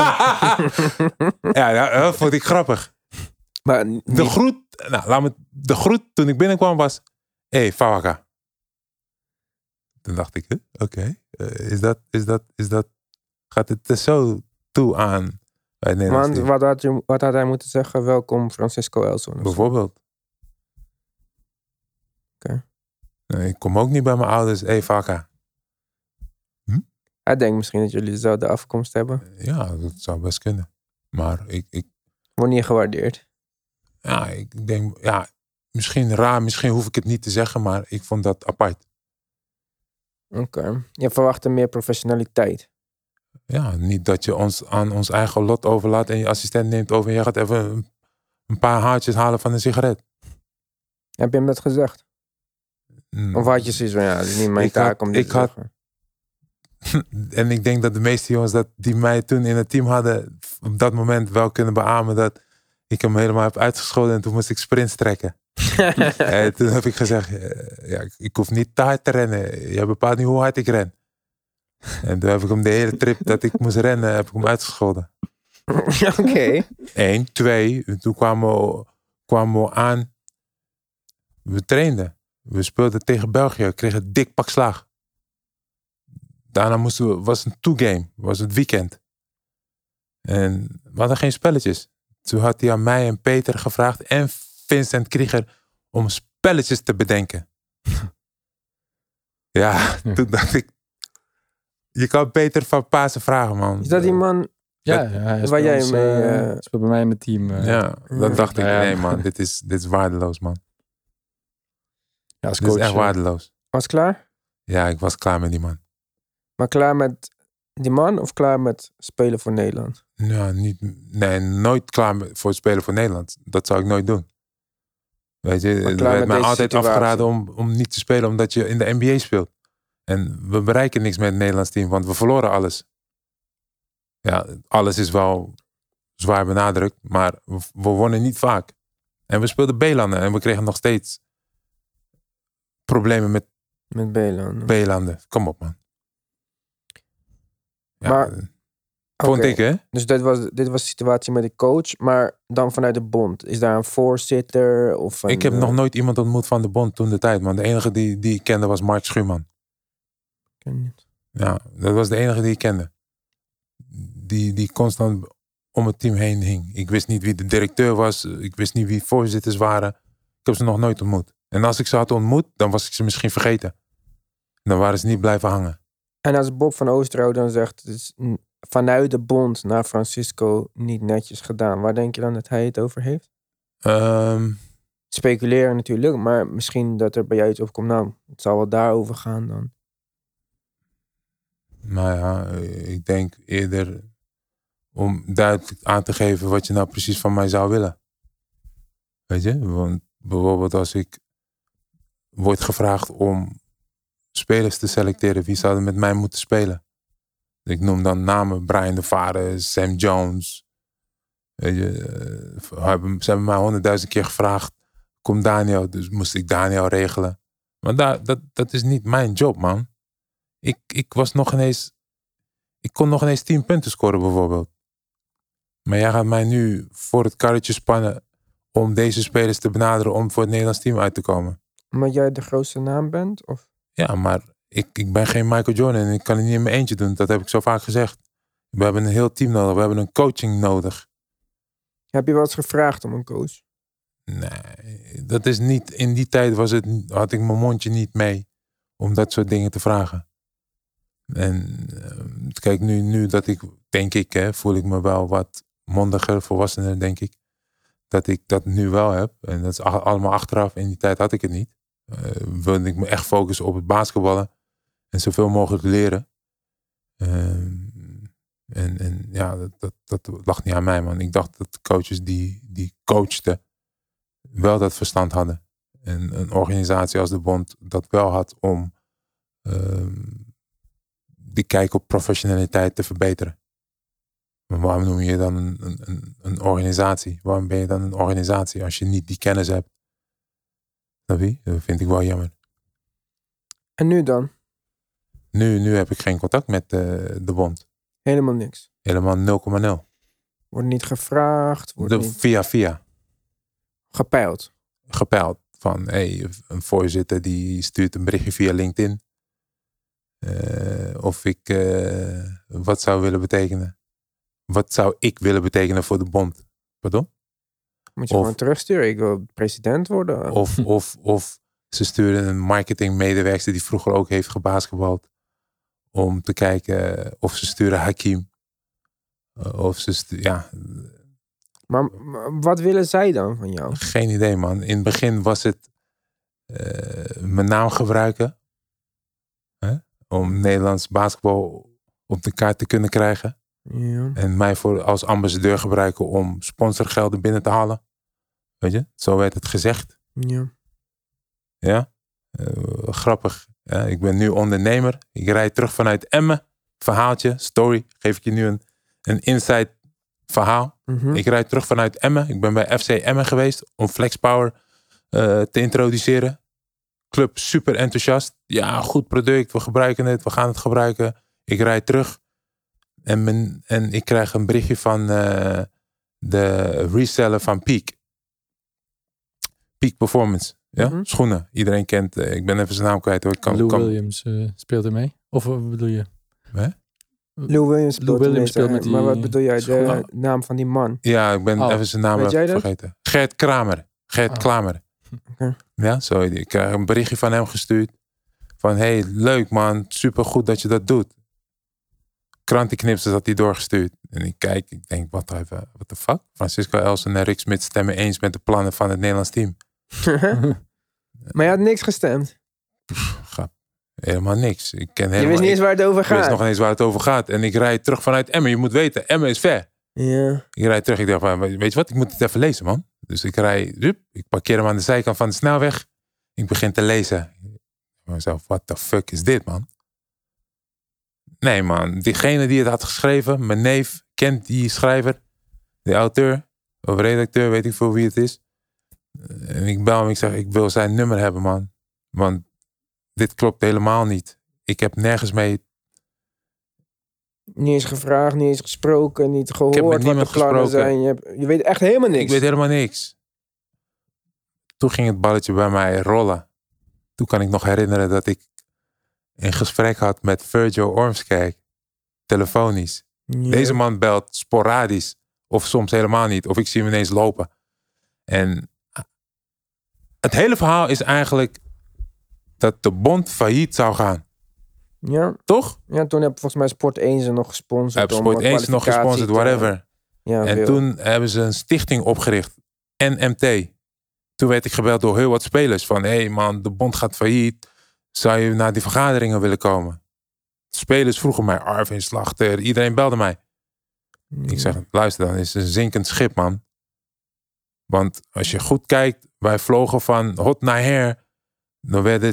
Ja, dat vond ik grappig. Maar De groet toen ik binnenkwam was, hey, Fawaka. Toen dacht ik, oké, is dat, gaat het er zo toe aan bij het Nederlands want team? wat had hij moeten zeggen? Welkom Francisco Elson. Bijvoorbeeld. Oké. Nee, ik kom ook niet bij mijn ouders, hey, Fawaka. Hij denkt misschien dat jullie dezelfde afkomst hebben. Ja, dat zou best kunnen. Maar ik Wordt niet gewaardeerd. ja, ik denk, ja, misschien raar, misschien hoef ik het niet te zeggen, maar ik vond dat apart. Oké. Je verwachtte meer professionaliteit. Ja, niet dat je ons aan ons eigen lot overlaat en je assistent neemt over en jij gaat even een paar haartjes halen van een sigaret. Heb je hem dat gezegd? Of had je zoiets van, ja, het is niet mijn taak om dit te zeggen. En ik denk dat de meeste jongens die mij toen in het team hadden, op dat moment wel kunnen beamen dat ik hem helemaal heb uitgescholden en toen moest ik sprints trekken. En toen heb ik gezegd, ja, ik hoef niet te hard te rennen. Jij bepaalt niet hoe hard ik ren. En toen heb ik hem de hele trip dat ik moest rennen, heb ik hem uitgescholden. Oké. 1, 2, en toen kwamen we aan. We trainden. We speelden tegen België. Ik kreeg een dik pak slaag. Daarna was een two-game. Was het weekend. En we hadden geen spelletjes. Toen had hij aan mij en Peter gevraagd en Vincent Krieger om spelletjes te bedenken. Ja, toen dacht ik, je kan Peter van Pasen vragen, man. Is dat die man hij waar jij speelt bij mij in het team. Ja, dan dacht ik, Ja. nee man, dit is waardeloos, man. Ja, als Dit coach, is echt waardeloos. was klaar? Ja, ik was klaar met die man. Maar klaar met die man of klaar met spelen voor Nederland? Ja, nooit klaar voor het spelen voor Nederland. Dat zou ik nooit doen. Weet je, er klaar werd met mij deze altijd situatie. afgeraden om niet te spelen omdat je in de NBA speelt. En we bereiken niks met het Nederlands team, want we verloren alles. Ja, alles is wel zwaar benadrukt, maar we wonnen niet vaak. En we speelden B-landen en we kregen nog steeds problemen met Met B-landen. B-landen. Kom op, man. Ja, Maar- vond Oké. ik, hè? Dus dit was de situatie met de coach, maar dan vanuit de bond. Is daar een voorzitter of een... Ik heb nog nooit iemand ontmoet van de bond toen de tijd, man. De enige die ik kende was Mark Schuurman. Ja, dat was de enige die ik kende. Die constant om het team heen hing. Ik wist niet wie de directeur was. Ik wist niet wie voorzitters waren. Ik heb ze nog nooit ontmoet. En als ik ze had ontmoet, dan was ik ze misschien vergeten. Dan waren ze niet blijven hangen. En als Bob van Oosterhout dan zegt, het is vanuit de bond naar Francisco niet netjes gedaan. Waar denk je dan dat hij het over heeft? Speculeren natuurlijk, maar misschien dat er bij jou iets opkomt. Nou, het zal wel daarover gaan dan. Maar ja, ik denk eerder om duidelijk aan te geven wat je nou precies van mij zou willen. Weet je, want bijvoorbeeld als ik word gevraagd om spelers te selecteren, wie zouden met mij moeten spelen? Ik noem dan namen, Brian de Vare, Sam Jones. Weet je, ze hebben mij 100.000 keer gevraagd, kom Daniel, dus moest ik Daniel regelen. Maar dat is niet mijn job, man. Ik kon nog ineens 10 punten scoren bijvoorbeeld. Maar jij gaat mij nu voor het karretje spannen om deze spelers te benaderen om voor het Nederlands team uit te komen. Omdat jij de grootste naam bent? Of? Ja, maar ik ben geen Michael Jordan en ik kan het niet in mijn eentje doen. Dat heb ik zo vaak gezegd. We hebben een heel team nodig. We hebben een coaching nodig. Heb je wel eens gevraagd om een coach? Nee, dat is niet... In die tijd had ik mijn mondje niet mee om dat soort dingen te vragen. En kijk, nu dat ik, denk ik, voel ik me wel wat mondiger, volwassener, denk ik. Dat ik dat nu wel heb. En dat is allemaal achteraf. In die tijd had ik het niet. Wilde ik me echt focussen op het basketballen. En zoveel mogelijk leren. En ja, dat lag niet aan mij, man. Ik dacht dat de coaches die coachten wel dat verstand hadden. En een organisatie als de Bond dat wel had om die kijk op professionaliteit te verbeteren. Maar waarom noem je dan een organisatie? Waarom ben je dan een organisatie als je niet die kennis hebt? Dat vind ik wel jammer. En nu dan? Nu heb ik geen contact met de Bond. Helemaal niks? Helemaal 0,0. Wordt niet gevraagd? Wordt niet Via. gepeild? Gepeild. Van, een voorzitter die stuurt een berichtje via LinkedIn. Of ik wat zou willen betekenen. Wat zou ik willen betekenen voor de Bond? Pardon? Moet je gewoon terugsturen. Ik wil president worden. Of ze sturen een marketingmedewerker die vroeger ook heeft gebasketbald. Om te kijken of ze sturen Hakim. Of ze ja. Maar wat willen zij dan van jou? Geen idee, man. In het begin was het mijn naam gebruiken. Om Nederlands basketbal op de kaart te kunnen krijgen. Ja. En mij als ambassadeur gebruiken om sponsorgelden binnen te halen. Weet je, zo werd het gezegd. Ja. Ja, grappig. Ja, ik ben nu ondernemer. Ik rijd terug vanuit Emmen. Verhaaltje, story. Geef ik je nu een inside verhaal. Mm-hmm. Ik rijd terug vanuit Emmen. Ik ben bij FC Emmen geweest om FlexPower te introduceren. Club super enthousiast. Ja, goed product. We gebruiken het. We gaan het gebruiken. Ik rijd terug. En ik krijg een berichtje van de reseller van Peak. Peak Performance. Ja? Mm-hmm. Schoenen. Iedereen kent. Ik ben even zijn naam kwijt hoor. Lou Williams speelt er mee? Of wat bedoel je? Hè? Lou Williams speelt met die... Maar wat bedoel jij? schoenen. De naam van die man? Ja, ik ben even zijn naam vergeten. Gert Kramer. Okay. Ja, zo. Ik krijg een berichtje van hem gestuurd. Van, hey, leuk man. Super goed dat je dat doet. Krantenknipsels had hij doorgestuurd. En ik kijk, ik denk, what the fuck? Francisco Elsen en Rick Smit stemmen eens met de plannen van het Nederlands team. Maar je had niks gestemd? Grap. Helemaal niks. Je wist niet eens waar het over gaat? Ik wist nog niet eens waar het over gaat. En ik rijd terug vanuit Emmen. Je moet weten, Emmen is ver. Ja. Ik rijd terug. Ik dacht, weet je wat? Ik moet het even lezen, man. Dus ik ik parkeer hem aan de zijkant van de snelweg. Ik begin te lezen. Ik mezelf, what the fuck is dit, man? Nee, man. Diegene die het had geschreven, mijn neef, kent die schrijver, de auteur of redacteur, weet ik veel wie het is. En ik bel hem, ik zeg, ik wil zijn nummer hebben, man. Want dit klopt helemaal niet. Ik heb nergens mee... Niet eens gevraagd, niet eens gesproken, niet gehoord Ik heb met wat de plannen zijn. Je weet echt helemaal niks. Ik weet helemaal niks. Toen ging het balletje bij mij rollen. Toen kan ik nog herinneren dat ik een gesprek had met Virgil Ormskerk. Telefonisch. Ja. Deze man belt sporadisch. Of soms helemaal niet. Of ik zie hem ineens lopen. En het hele verhaal is eigenlijk dat de Bond failliet zou gaan. Ja. Toch? Ja, toen heb volgens mij Sport 1 ze nog gesponsord. Heb Sport 1 nog gesponsord, whatever. Ja, en veel. toen hebben ze een stichting opgericht. NMT. Toen werd ik gebeld door heel wat spelers. Van, hé man, de Bond gaat failliet. Zou je naar die vergaderingen willen komen? Spelers vroegen mij, Arvin Slachter. Iedereen belde mij. Ik zeg, luister dan, is een zinkend schip, man. Want als je goed kijkt, wij vlogen van hot naar her. Dan werden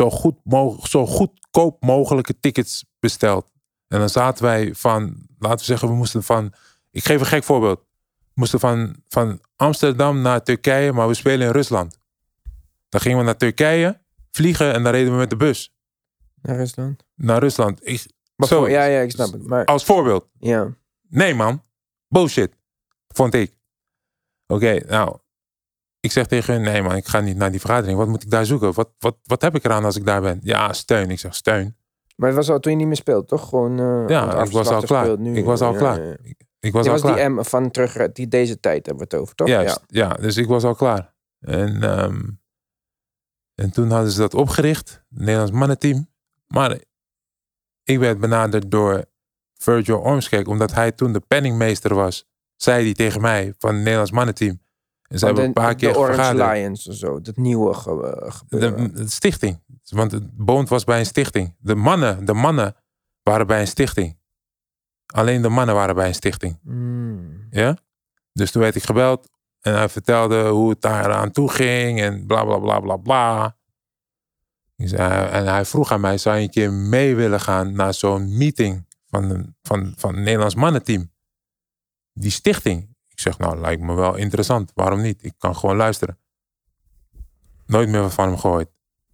zo goedkoop mogelijke tickets besteld. En dan zaten wij van, laten we zeggen, we moesten van... Ik geef een gek voorbeeld. We moesten van Amsterdam naar Turkije, maar we spelen in Rusland. Dan gingen we naar Turkije, vliegen en dan reden we met de bus. Naar Rusland. Ja, ik snap het. Maar, Als voorbeeld. ja. Nee, man. Bullshit. Vond ik. Oké, nou. Ik zeg tegen hun, nee man, ik ga niet naar die vergadering. Wat moet ik daar zoeken? Wat heb ik eraan als ik daar ben? Ja, steun. Ik zeg, steun. Maar het was al toen je niet meer speelt, toch? Gewoon, ik was al klaar. Ik was al klaar. Ik was al klaar. Die M van terug, deze tijd hebben we het over, toch? Juist, ja. Dus ik was al klaar. En toen hadden ze dat opgericht. Het Nederlands mannenteam. Maar ik werd benaderd door Virgil Ormskek. Omdat hij toen de penningmeester was. Zei hij tegen mij van het Nederlands mannenteam. En ze hebben een paar keer vergaderd. De Orange Lions of zo. Dat nieuwe gebeuren. De stichting. Want het Bond was bij een stichting. De mannen waren bij een stichting. Alleen de mannen waren bij een stichting. Ja? Dus toen werd ik gebeld. En hij vertelde hoe het daar aan toe ging. En bla bla bla bla bla. En hij vroeg aan mij. Zou je een keer mee willen gaan naar zo'n meeting van het Nederlands mannenteam? Die stichting. Ik zeg, nou, lijkt me wel interessant. Waarom niet? Ik kan gewoon luisteren. Nooit meer van hem gehoord.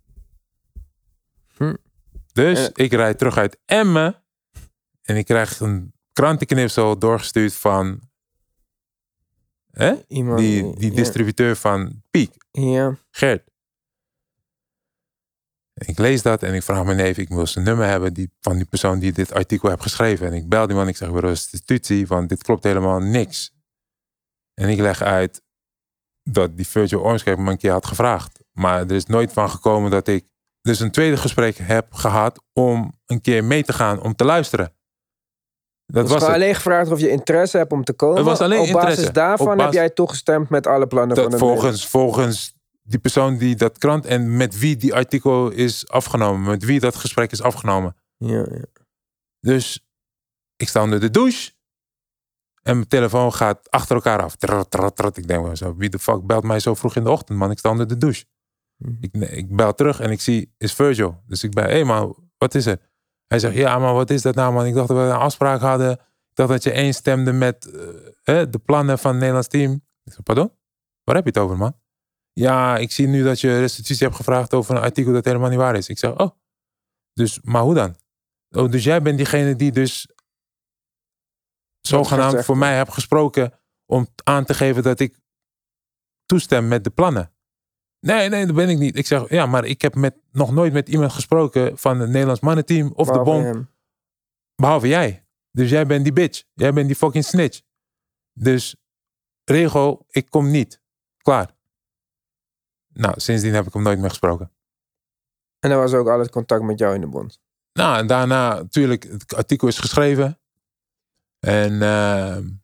Dus ik rijd terug uit Emmen. En ik krijg een krantenknipsel doorgestuurd van die distributeur van Piek. Ja. Gert. Ik lees dat en ik vraag mijn neef, ik wil zijn nummer hebben van die persoon die dit artikel heeft geschreven. En ik bel die man, ik zeg weer restitutie, want dit klopt helemaal niks. En ik leg uit dat die Virgil Ormskek me een keer had gevraagd. Maar er is nooit van gekomen dat ik dus een tweede gesprek heb gehad om een keer mee te gaan, om te luisteren. Dat was het. Alleen gevraagd of je interesse hebt om te komen. Het was alleen op interesse. Basis daarvan heb jij toegestemd met alle plannen van de volgens die persoon die dat krant en met wie die artikel is afgenomen. Met wie dat gesprek is afgenomen. Ja. Dus ik sta onder de douche. En mijn telefoon gaat achter elkaar af. Ik denk zo, wie de fuck belt mij zo vroeg in de ochtend, man? Ik sta onder de douche. Ik bel terug en ik zie, is Virgil. Dus ik ben, hé man, wat is er? Hij zegt, ja maar wat is dat nou man? Ik dacht dat we een afspraak hadden. Ik dacht dat je eens stemde met de plannen van het Nederlands team. Ik zeg, pardon? Waar heb je het over, man? Ja, ik zie nu dat je restitutie hebt gevraagd over een artikel dat helemaal niet waar is. Ik zeg, oh. Dus, maar hoe dan? Oh, dus jij bent diegene die dus zogenaamd voor mij hebt gesproken om aan te geven dat ik toestem met de plannen. Nee, dat ben ik niet. Ik zeg, ja, maar ik heb nog nooit met iemand gesproken van het Nederlands mannenteam of de Bond. Behalve jij. Dus jij bent die bitch. Jij bent die fucking snitch. Dus regel, ik kom niet. Klaar. Nou, sindsdien heb ik hem nooit meer gesproken. En dan was ook alles contact met jou in de Bond. Nou, en daarna, natuurlijk, het artikel is geschreven. En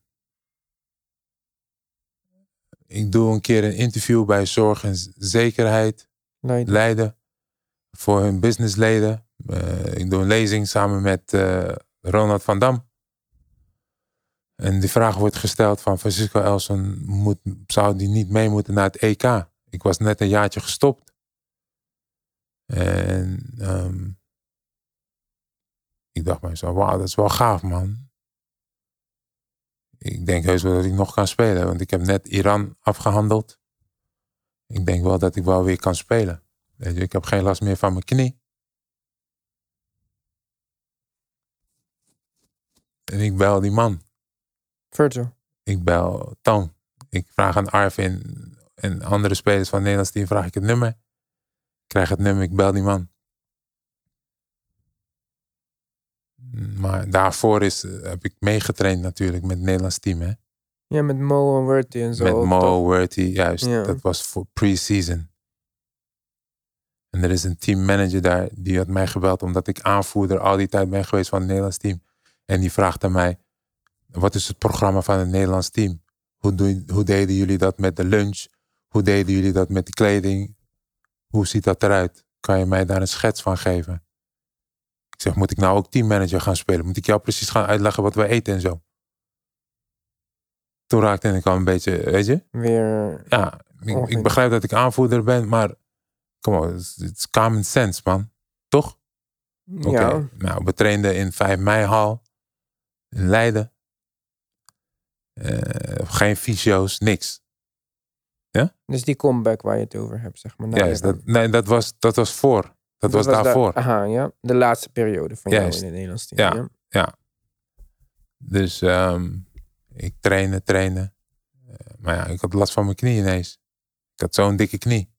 ik doe een keer een interview bij Zorg en Zekerheid Leiden. Voor hun businessleden. Ik doe een lezing samen met Ronald van Dam. En die vraag wordt gesteld van Francisco Elson, zou die niet mee moeten naar het EK? Ik was net een jaartje gestopt. En ik dacht bij mezelf, wauw, dat is wel gaaf, man. Ik denk heus wel dat ik nog kan spelen. Want ik heb net Iran afgehandeld. Ik denk wel dat ik wel weer kan spelen. Weet je, ik heb geen last meer van mijn knie. En ik bel die man. Virgil. Ik bel Toon. Ik vraag aan Arvin en andere spelers van het Nederlands team, vraag ik het nummer. Ik krijg het nummer, ik bel die man. Maar daarvoor heb ik meegetraind natuurlijk met het Nederlands team. Hè? Ja, met Mo en Worthy en zo. Met Mo, Worthy, juist. Ja. Dat was voor pre-season. En er is een teammanager daar, die had mij gebeld omdat ik aanvoerder al die tijd ben geweest van het Nederlands team. En die vraagt aan mij, wat is het programma van het Nederlands team? Hoe deden jullie dat met de lunch? Hoe deden jullie dat met de kleding? Hoe ziet dat eruit? Kan je mij daar een schets van geven? Ik zeg, moet ik nou ook teammanager gaan spelen? Moet ik jou precies gaan uitleggen wat wij eten en zo? Toen raakte ik al een beetje, weet je? Weer. Ja, ik begrijp dat ik aanvoerder ben, maar kom op, het is common sense, man. Toch? Oké. Ja. Nou, we trainden in 5 mei-hal in Leiden. Geen fysio's, niks. Ja? Dus die comeback waar je het over hebt, zeg maar. Ja, dat was voor. Dat was daarvoor. Aha, ja. De laatste periode van jou Juist. in het Nederlands team. Ja. Ja. Dus ik trainen. Maar ja, ik had last van mijn knie ineens. Ik had zo'n dikke knie.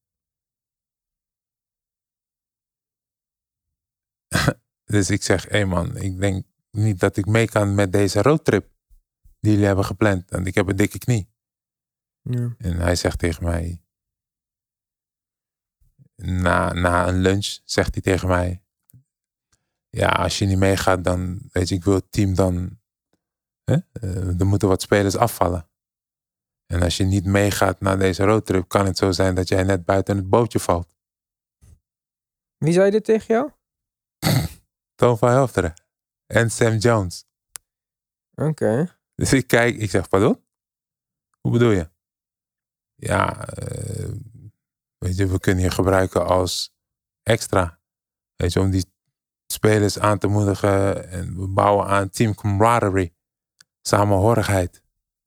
Dus ik zeg, hé man, ik denk niet dat ik mee kan met deze roadtrip die jullie hebben gepland. Want ik heb een dikke knie. Ja. En hij zegt tegen mij, na een lunch, zegt hij tegen mij, ja, als je niet meegaat, dan, weet je, ik wil het team dan, er moeten wat spelers afvallen. En als je niet meegaat naar deze roadtrip, kan het zo zijn dat jij net buiten het bootje valt. Wie zei dit tegen jou? Toon van Helfteren en Sam Jones. Oké. Dus ik kijk, ik zeg, pardon? Hoe bedoel je? Ja, weet je, we kunnen je gebruiken als extra. Weet je, om die spelers aan te moedigen. En we bouwen aan team camaraderie. Samenhorigheid.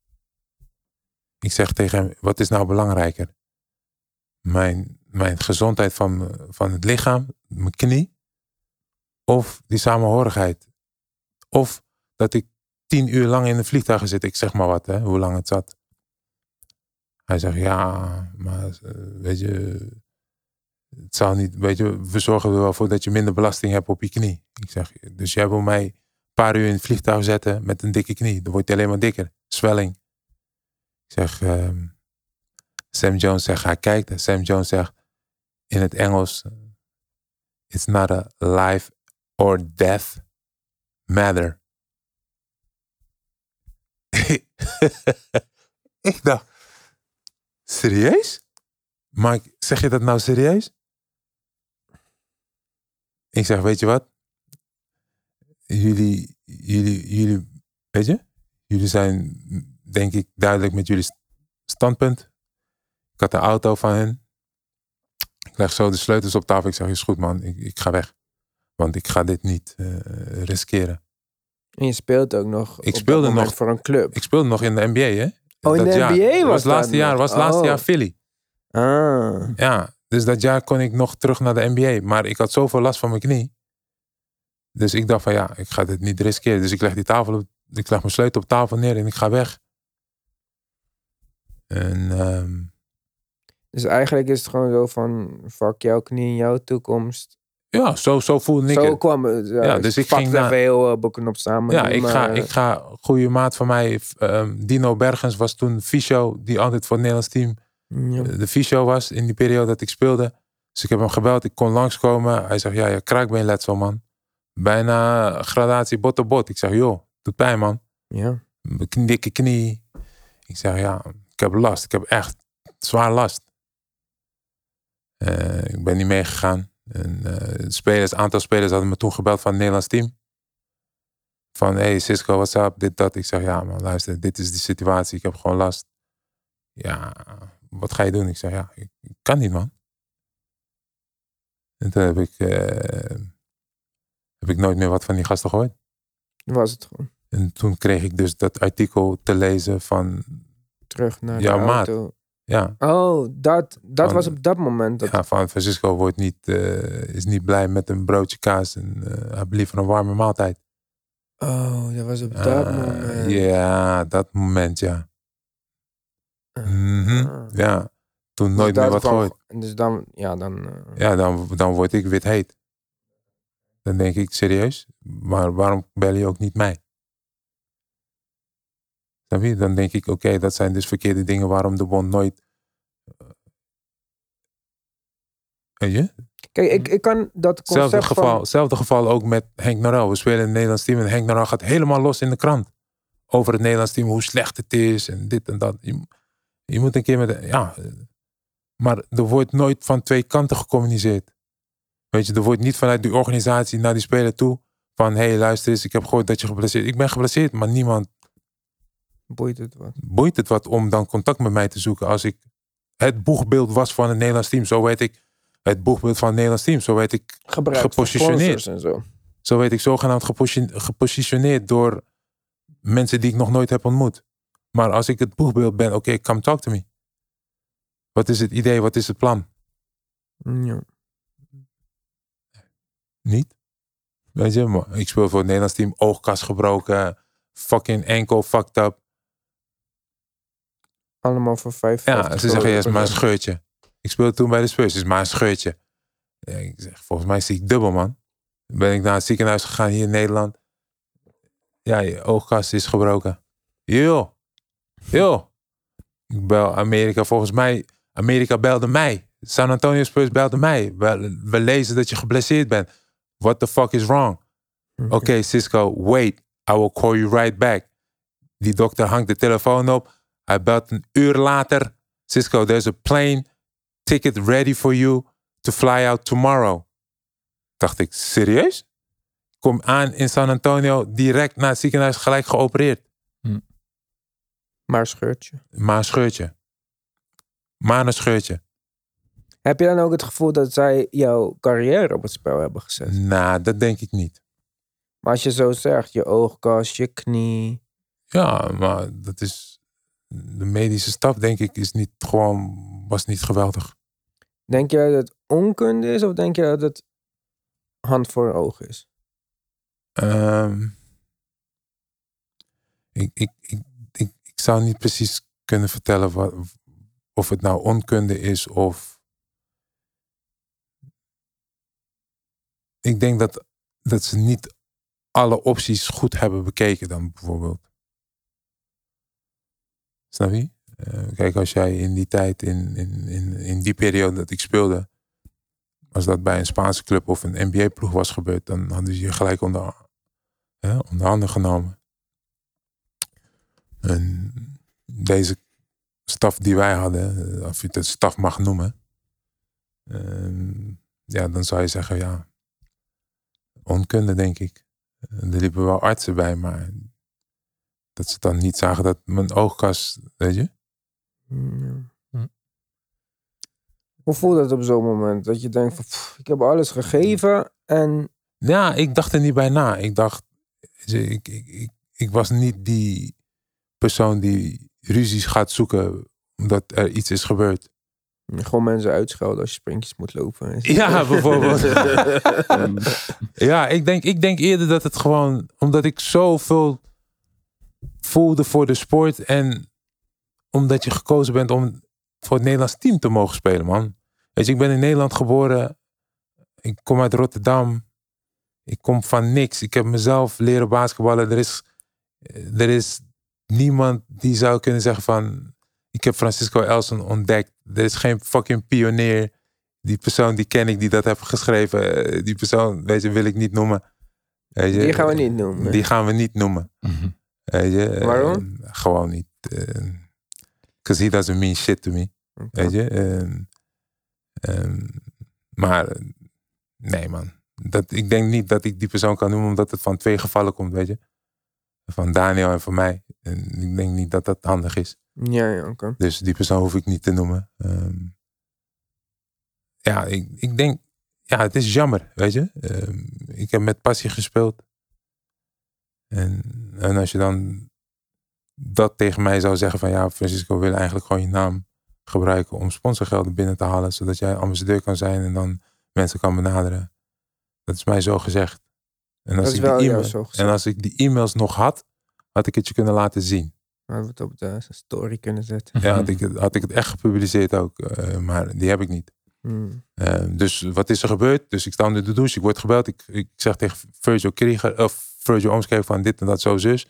Ik zeg tegen hem, wat is nou belangrijker? Mijn gezondheid van het lichaam, mijn knie. Of die samenhorigheid. Of dat ik 10 uur lang in een vliegtuig zit. Ik zeg maar wat, hè, hoe lang het zat. Hij zegt, ja, maar weet je, het zou niet, weet je, we zorgen er wel voor dat je minder belasting hebt op je knie. Ik zeg, dus jij wil mij een paar uur in het vliegtuig zetten met een dikke knie. Dan wordt hij alleen maar dikker. Zwelling. Ik zeg, Sam Jones zegt, hij kijkt. Sam Jones zegt in het Engels, it's not a life or death matter. Ik dacht, serieus? Maar zeg je dat nou serieus? Ik zeg, weet je wat? Jullie, weet je? Jullie zijn, denk ik, duidelijk met jullie standpunt. Ik had de auto van hen. Ik leg zo de sleutels op tafel. Ik zeg, is goed man, ik ga weg. Want ik ga dit niet riskeren. En je speelt ook nog Ik speelde nog voor een club. Ik speelde nog in de NBA, hè? Oh, in de NBA was het laatste dat jaar. nog? Was het laatste Oh. jaar Philly. Ah. Ja, dus dat jaar kon ik nog terug naar de NBA. Maar ik had zoveel last van mijn knie. Dus ik dacht van ja, ik ga dit niet riskeren. Dus ik leg mijn sleutel op tafel neer en ik ga weg. En Dus eigenlijk is het gewoon zo van, fuck jouw knie en jouw toekomst. ja, zo voelde ik Zo het. kwam het. Ja, dus ik ging pakte naar- even heel boeken op samen. Ja, maar, ik ga, goede maat van mij, Dino Bergens was toen fysio, die altijd voor het Nederlands team ja. de fysio was in die periode dat ik speelde. Dus ik heb hem gebeld, ik kon langskomen. Hij zegt, ja, kraakbeenletsel man. Bijna gradatie bot op bot. Ik zeg, joh, doet pijn man. Ja. Dikke knie. Ik zeg, ja, ik heb last. Ik heb echt zwaar last. Ik ben niet meegegaan. En aantal spelers hadden me toen gebeld van het Nederlands team. Van, hey Cisco, what's up? Dit, dat. Ik zeg, ja man, luister, dit is de situatie. Ik heb gewoon last. Ja, wat ga je doen? Ik zeg, ja, ik kan niet man. En toen heb ik nooit meer wat van die gasten gehoord. Was het gewoon. En toen kreeg ik dus dat artikel te lezen van Terug naar jouw de maat. auto. Ja, Oh, dat Van- was op dat moment. Dat, ja, van Francisco is niet blij met een broodje kaas en hij heeft liever een warme maaltijd. Oh, dat was op dat moment. Ja, dat moment, ja. Mhm, ja, toen Dus nooit dat meer wat kwam- gehoord. Dus dan, ja, dan... Ja, dan word ik wit heet. Dan denk ik, serieus? Maar waarom bel je ook niet mij? Snap je? Dan denk ik, oké, dat zijn dus verkeerde dingen waarom de bond nooit... Weet je? Kijk, ik kan dat concept Hetzelfde geval ook met Henk Norel. We spelen in het Nederlands team en Henk Norel gaat helemaal los in de krant. Over het Nederlands team, hoe slecht het is en dit en dat. Je moet een keer met... Ja, maar er wordt nooit van twee kanten gecommuniceerd. Weet je, er wordt niet vanuit die organisatie naar die speler toe van, hey, luister eens, ik heb gehoord dat je geblesseerd... Ik ben geblesseerd, maar niemand boeit het wat. om dan contact met mij te zoeken als ik het boegbeeld was van het Nederlands team. Zo werd ik het boegbeeld van het Nederlands team. Zo werd ik Gebruikt gepositioneerd. voor sponsors en zo. Zo werd ik zogenaamd gepositioneerd door mensen die ik nog nooit heb ontmoet. Maar als ik het boegbeeld ben, oké, come talk to me. Wat is het idee? Wat is het plan? Ja. Niet. Weet je, maar ik speel voor het Nederlands team. Oogkas gebroken. Fucking enkel fucked up. Allemaal voor 5. Ja, ze zeggen, ja, is maar een scheurtje. Ik speelde toen bij de Spurs, is maar een scheurtje. Ja, ik zeg, volgens mij zie ik dubbel, man. Ben ik naar het ziekenhuis gegaan hier in Nederland. Ja, je oogkast is gebroken. Yo. Ik bel Amerika, volgens mij, Amerika belde mij. San Antonio Spurs belde mij. We lezen dat je geblesseerd bent. What the fuck is wrong? Oké, Cisco, wait. I will call you right back. Die dokter hangt de telefoon op. Hij belt een uur later. Cisco, there's a plane ticket ready for you to fly out tomorrow. Dacht ik, serieus? Kom aan in San Antonio, direct naar het ziekenhuis, gelijk geopereerd. Maar een scheurtje. Maar een scheurtje. Heb je dan ook het gevoel dat zij jouw carrière op het spel hebben gezet? Nou, dat denk ik niet. Maar als je zo zegt, je oogkas, je knie. Ja, maar dat is... De medische stap, denk ik, was niet geweldig. Denk je dat het onkunde is of denk je dat het hand voor oog is? Ik zou niet precies kunnen vertellen of het nou onkunde is of... Ik denk dat ze niet alle opties goed hebben bekeken dan bijvoorbeeld. Snap je? Kijk, als jij in die tijd, in die periode dat ik speelde, als dat bij een Spaanse club of een NBA-ploeg was gebeurd, dan hadden ze je gelijk onder handen genomen. En deze staf die wij hadden, of je het staf mag noemen, dan zou je zeggen, ja, onkunde, denk ik. Er liepen wel artsen bij, maar dat ze dan niet zagen dat mijn oogkas, weet je? Hoe voelt het op zo'n moment? Dat je denkt van, ik heb alles gegeven en... Ja, ik dacht er niet bij na. Ik dacht, ik was niet die persoon die ruzies gaat zoeken omdat er iets is gebeurd. Gewoon mensen uitschelden als je sprintjes moet lopen. Ja, bijvoorbeeld. Ja, ik denk eerder dat het gewoon, omdat ik zoveel voelde voor de sport en omdat je gekozen bent om voor het Nederlands team te mogen spelen, man. Weet je, ik ben in Nederland geboren. Ik kom uit Rotterdam. Ik kom van niks. Ik heb mezelf leren basketballen. Er is niemand die zou kunnen zeggen van, ik heb Francisco Elson ontdekt. Er is geen fucking pionier. Die persoon die ken ik die dat heeft geschreven. Die persoon, weet je, wil ik niet noemen. Weet je, die gaan we niet noemen. Die gaan we niet noemen. Weet je, waarom? Gewoon niet. Because he doesn't mean shit to me. Okay. Weet je. Maar nee, man. Ik denk niet dat ik die persoon kan noemen omdat het van 2 gevallen komt, weet je. Van Daniel en van mij. En ik denk niet dat dat handig is. Ja, oké. Dus die persoon hoef ik niet te noemen. Ja, ik denk, ja, het is jammer, weet je. Ik heb met passie gespeeld. En als je dan dat tegen mij zou zeggen van, ja, Francisco wil eigenlijk gewoon je naam gebruiken om sponsorgelden binnen te halen, zodat jij ambassadeur kan zijn en dan mensen kan benaderen. Dat is mij zo gezegd. En als ik die e-mails nog had ik het je kunnen laten zien. Hadden we het op de story kunnen zetten. Ja, had ik het echt gepubliceerd ook. Maar die heb ik niet. Dus wat is er gebeurd? Dus ik sta onder de douche, ik word gebeld. Ik zeg tegen Virgil Omschreef van dit en dat zo zus.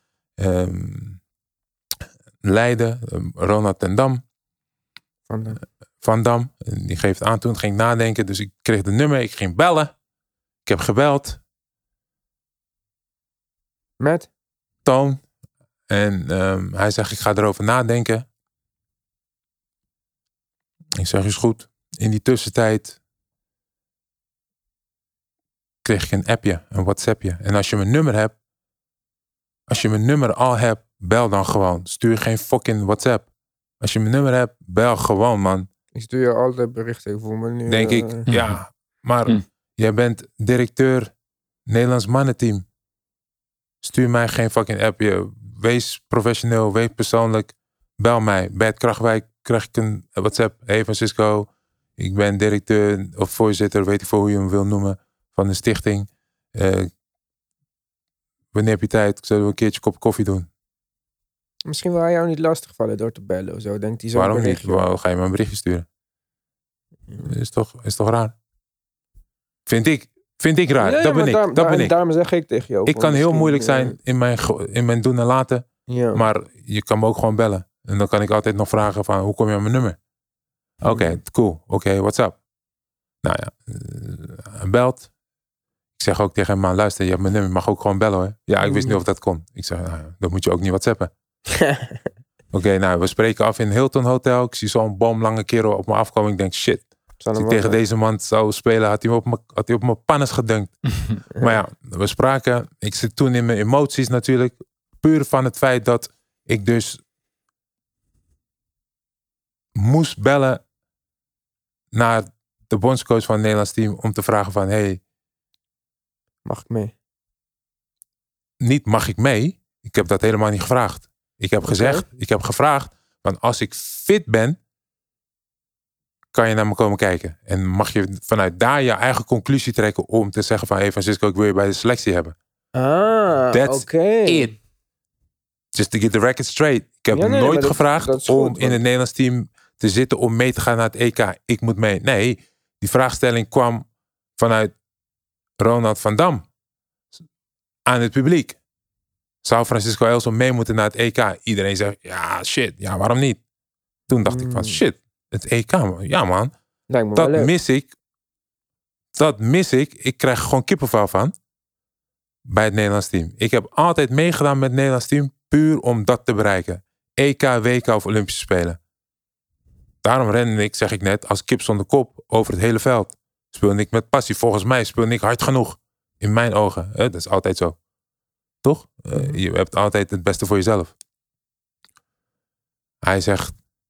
Leiden, Ronald ten Dam. Van Dam. En die geeft aan toen, ging nadenken. Dus ik kreeg de nummer, ik ging bellen. Ik heb gebeld. Met? Toon. En hij zegt, ik ga erover nadenken. Ik zeg, is goed. In die tussentijd kreeg ik een appje, een WhatsAppje. En als je mijn nummer hebt, als je mijn nummer al hebt, bel dan gewoon. Stuur geen fucking WhatsApp. Als je mijn nummer hebt, bel gewoon, man. Ik stuur je altijd berichten voor me nu. Denk ik, ja. Maar jij bent directeur Nederlands mannenteam. Stuur mij geen fucking appje. Wees professioneel, wees persoonlijk. Bel mij. Bij het Krachtwijk krijg ik een WhatsApp. Hey Francisco, ik ben directeur of voorzitter, weet ik veel hoe je hem wil noemen, van de stichting. Wanneer heb je tijd? Zullen we een keertje kop koffie doen? Misschien wil hij jou niet lastigvallen door te bellen of zo. Denkt hij zo'n Waarom niet? berichtje. Waarom ga je me een berichtje sturen? Is toch raar? Vind ik raar. Ja, dat ben maar ik. Dat ben ik. Daarom zeg ik tegen jou. Ik kan heel moeilijk zijn in mijn doen en laten. Ja. Maar je kan me ook gewoon bellen. En dan kan ik altijd nog vragen van, hoe kom je aan mijn nummer? Oké, cool. Oké, what's up? Nou ja, hij belt. Ik zeg ook tegen hem, man, luister, je hebt mijn nummer, je mag ook gewoon bellen hoor. Ja, ik wist niet of dat kon. Ik zeg, nou, dan moet je ook niet whatsappen. Oké, nou, we spreken af in een Hilton Hotel. Ik zie zo'n boomlange kerel op me afkomen. Ik denk, shit. Als ik tegen deze man zou spelen, had hij op mijn pannes gedunkt. Maar ja, we spraken. Ik zit toen in mijn emoties natuurlijk. Puur van het feit dat ik dus moest bellen naar de bondscoach van het Nederlands team om te vragen van, hey, Mag ik mee? niet mag ik mee? Ik heb dat helemaal niet gevraagd. Ik heb gevraagd van als ik fit ben, kan je naar me komen kijken. En mag je vanuit daar je eigen conclusie trekken om te zeggen van, hey Francisco, ik wil je bij de selectie hebben. That's it. Just to get the record straight. Ik heb nooit gevraagd om in het Nederlands team te zitten om mee te gaan naar het EK. Ik moet mee. Nee, die vraagstelling kwam vanuit Ronald van Dam aan het publiek. Zou Francisco Elsom mee moeten naar het EK? Iedereen zegt, ja, shit. Ja, waarom niet? Toen dacht ik van, shit, het EK, man. Ja, man. Dat mis ik. Dat mis ik. Ik krijg er gewoon kippenvel van. Bij het Nederlands team. Ik heb altijd meegedaan met het Nederlands team. Puur om dat te bereiken. EK, WK of Olympische Spelen. Daarom rende ik, zeg ik net, als kip zonder kop over het hele veld. Speelde ik met passie. Volgens mij speelde ik hard genoeg. In mijn ogen. Dat is altijd zo. Toch? Je hebt altijd het beste voor jezelf. Hij zegt,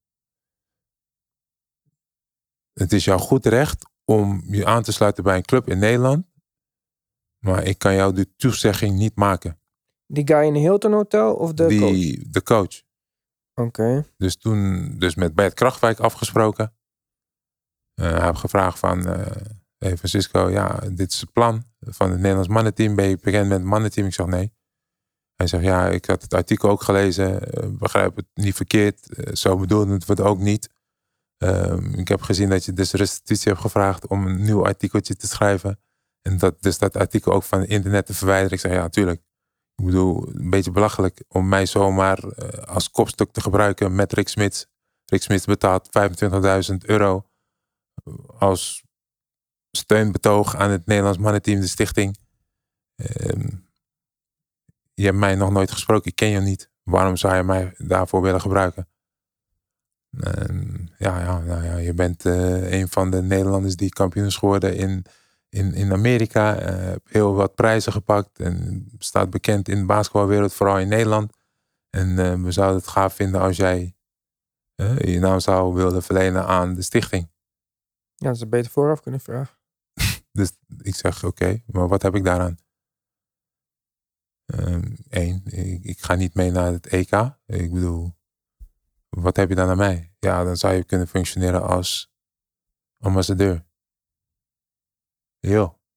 het is jouw goed recht om je aan te sluiten bij een club in Nederland. Maar ik kan jou de toezegging niet maken. Die guy in een Hilton Hotel of de coach? De coach. Oké. Dus toen met Bert Krachtwijk afgesproken. Hij heeft gevraagd van, hey Francisco, ja, dit is het plan van het Nederlands mannenteam. Ben je bekend met het mannenteam? Ik zeg nee. Hij zegt, ja, ik had het artikel ook gelezen. Begrijp het niet verkeerd. Zo bedoelde het wordt ook niet. Ik heb gezien dat je dus restitutie hebt gevraagd om een nieuw artikeltje te schrijven. En dat artikel ook van het internet te verwijderen. Ik zeg, ja, natuurlijk. Ik bedoel, een beetje belachelijk om mij zomaar als kopstuk te gebruiken met Rick Smits. Rick Smits betaalt €25.000 als steunbetoog aan het Nederlands mannenteam, de stichting. Je hebt mij nog nooit gesproken. Ik ken je niet. Waarom zou je mij daarvoor willen gebruiken? Je bent een van de Nederlanders die kampioen is geworden in Amerika. Hebt heel wat prijzen gepakt. En staat bekend in de basketbalwereld, vooral in Nederland. En we zouden het gaaf vinden als jij je naam zou willen verlenen aan de stichting. Ja, dat ze beter vooraf kunnen vragen. Dus ik zeg, oké, maar wat heb ik daaraan? Ik ga niet mee naar het EK. Ik bedoel, wat heb je dan aan mij? Ja, dan zou je kunnen functioneren als ambassadeur. Jo.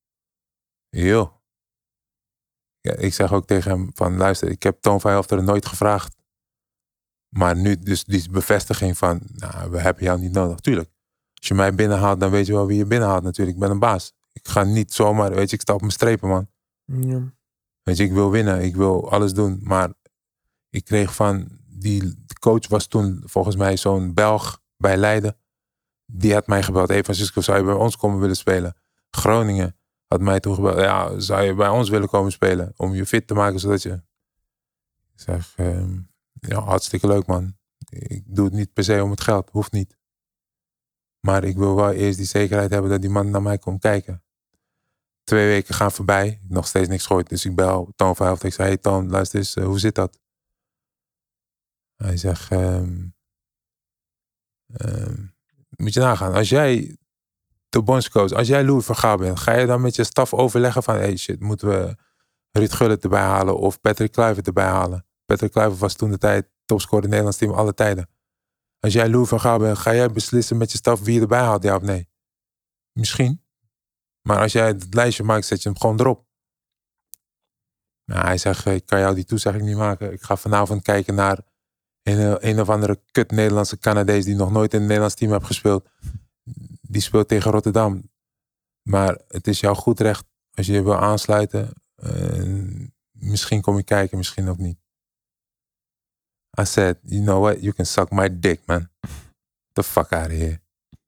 Ja, ik zeg ook tegen hem van, luister, ik heb Toon van Helfteren nooit gevraagd. Maar nu dus die bevestiging van, nou, we hebben jou niet nodig. Tuurlijk, als je mij binnenhaalt, dan weet je wel wie je binnenhaalt natuurlijk. Ik ben een baas. Ik ga niet zomaar, weet je, ik sta op mijn strepen, man. Ja. Weet je, ik wil winnen, ik wil alles doen. Maar ik kreeg van, de coach was toen volgens mij zo'n Belg bij Leiden. Die had mij gebeld, hey Francisco, zou je bij ons komen willen spelen? Groningen had mij toen gebeld, ja, zou je bij ons willen komen spelen? Om je fit te maken, zodat je... Ik zeg, ja, hartstikke leuk, man. Ik doe het niet per se om het geld, hoeft niet. Maar ik wil wel eerst die zekerheid hebben dat die man naar mij komt kijken. 2 weken gaan voorbij, nog steeds niks gehoord. Dus ik bel Toon van Helfteren. Ik zei, hey Toon, luister eens, hoe zit dat? Hij zegt, moet je nagaan, als jij de bondscoach, als jij Louis van Gaal bent, ga je dan met je staf overleggen van, hey shit, moeten we Ruud Gullit erbij halen of Patrick Kluivert erbij halen? Patrick Kluivert was toen de tijd topscorer Nederlands team alle tijden. Als jij Louis van Gaal bent, ga jij beslissen met je staf wie je erbij haalt, ja of nee? Misschien. Maar als jij het lijstje maakt, zet je hem gewoon erop. Nou, hij zegt, ik kan jou die toezegging niet maken. Ik ga vanavond kijken naar een of andere kut Nederlandse Canadees die nog nooit in het Nederlands team heeft gespeeld. Die speelt tegen Rotterdam. Maar het is jouw goed recht als je je wil aansluiten. Misschien kom je kijken, misschien ook niet. I said, you know what? You can suck my dick, man. The fuck out of here.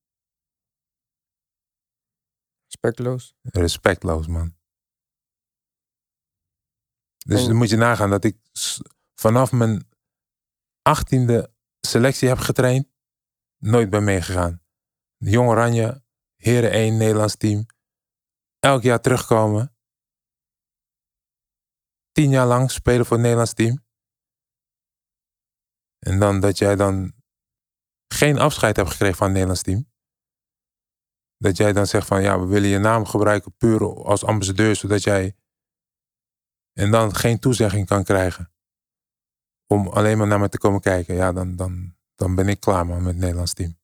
Respectloos. Respectloos, man. Dus dan moet je nagaan dat ik vanaf mijn 18e selectie heb getraind. Nooit ben meegegaan. Jong Oranje, Heren 1, Nederlands team. Elk jaar terugkomen. 10 jaar lang spelen voor het Nederlands team. En dan dat jij dan geen afscheid hebt gekregen van het Nederlands team. Dat jij dan zegt van ja, we willen je naam gebruiken puur als ambassadeur, zodat jij en dan geen toezegging kan krijgen. Om alleen maar naar me te komen kijken. Ja, dan ben ik klaar man met het Nederlands team.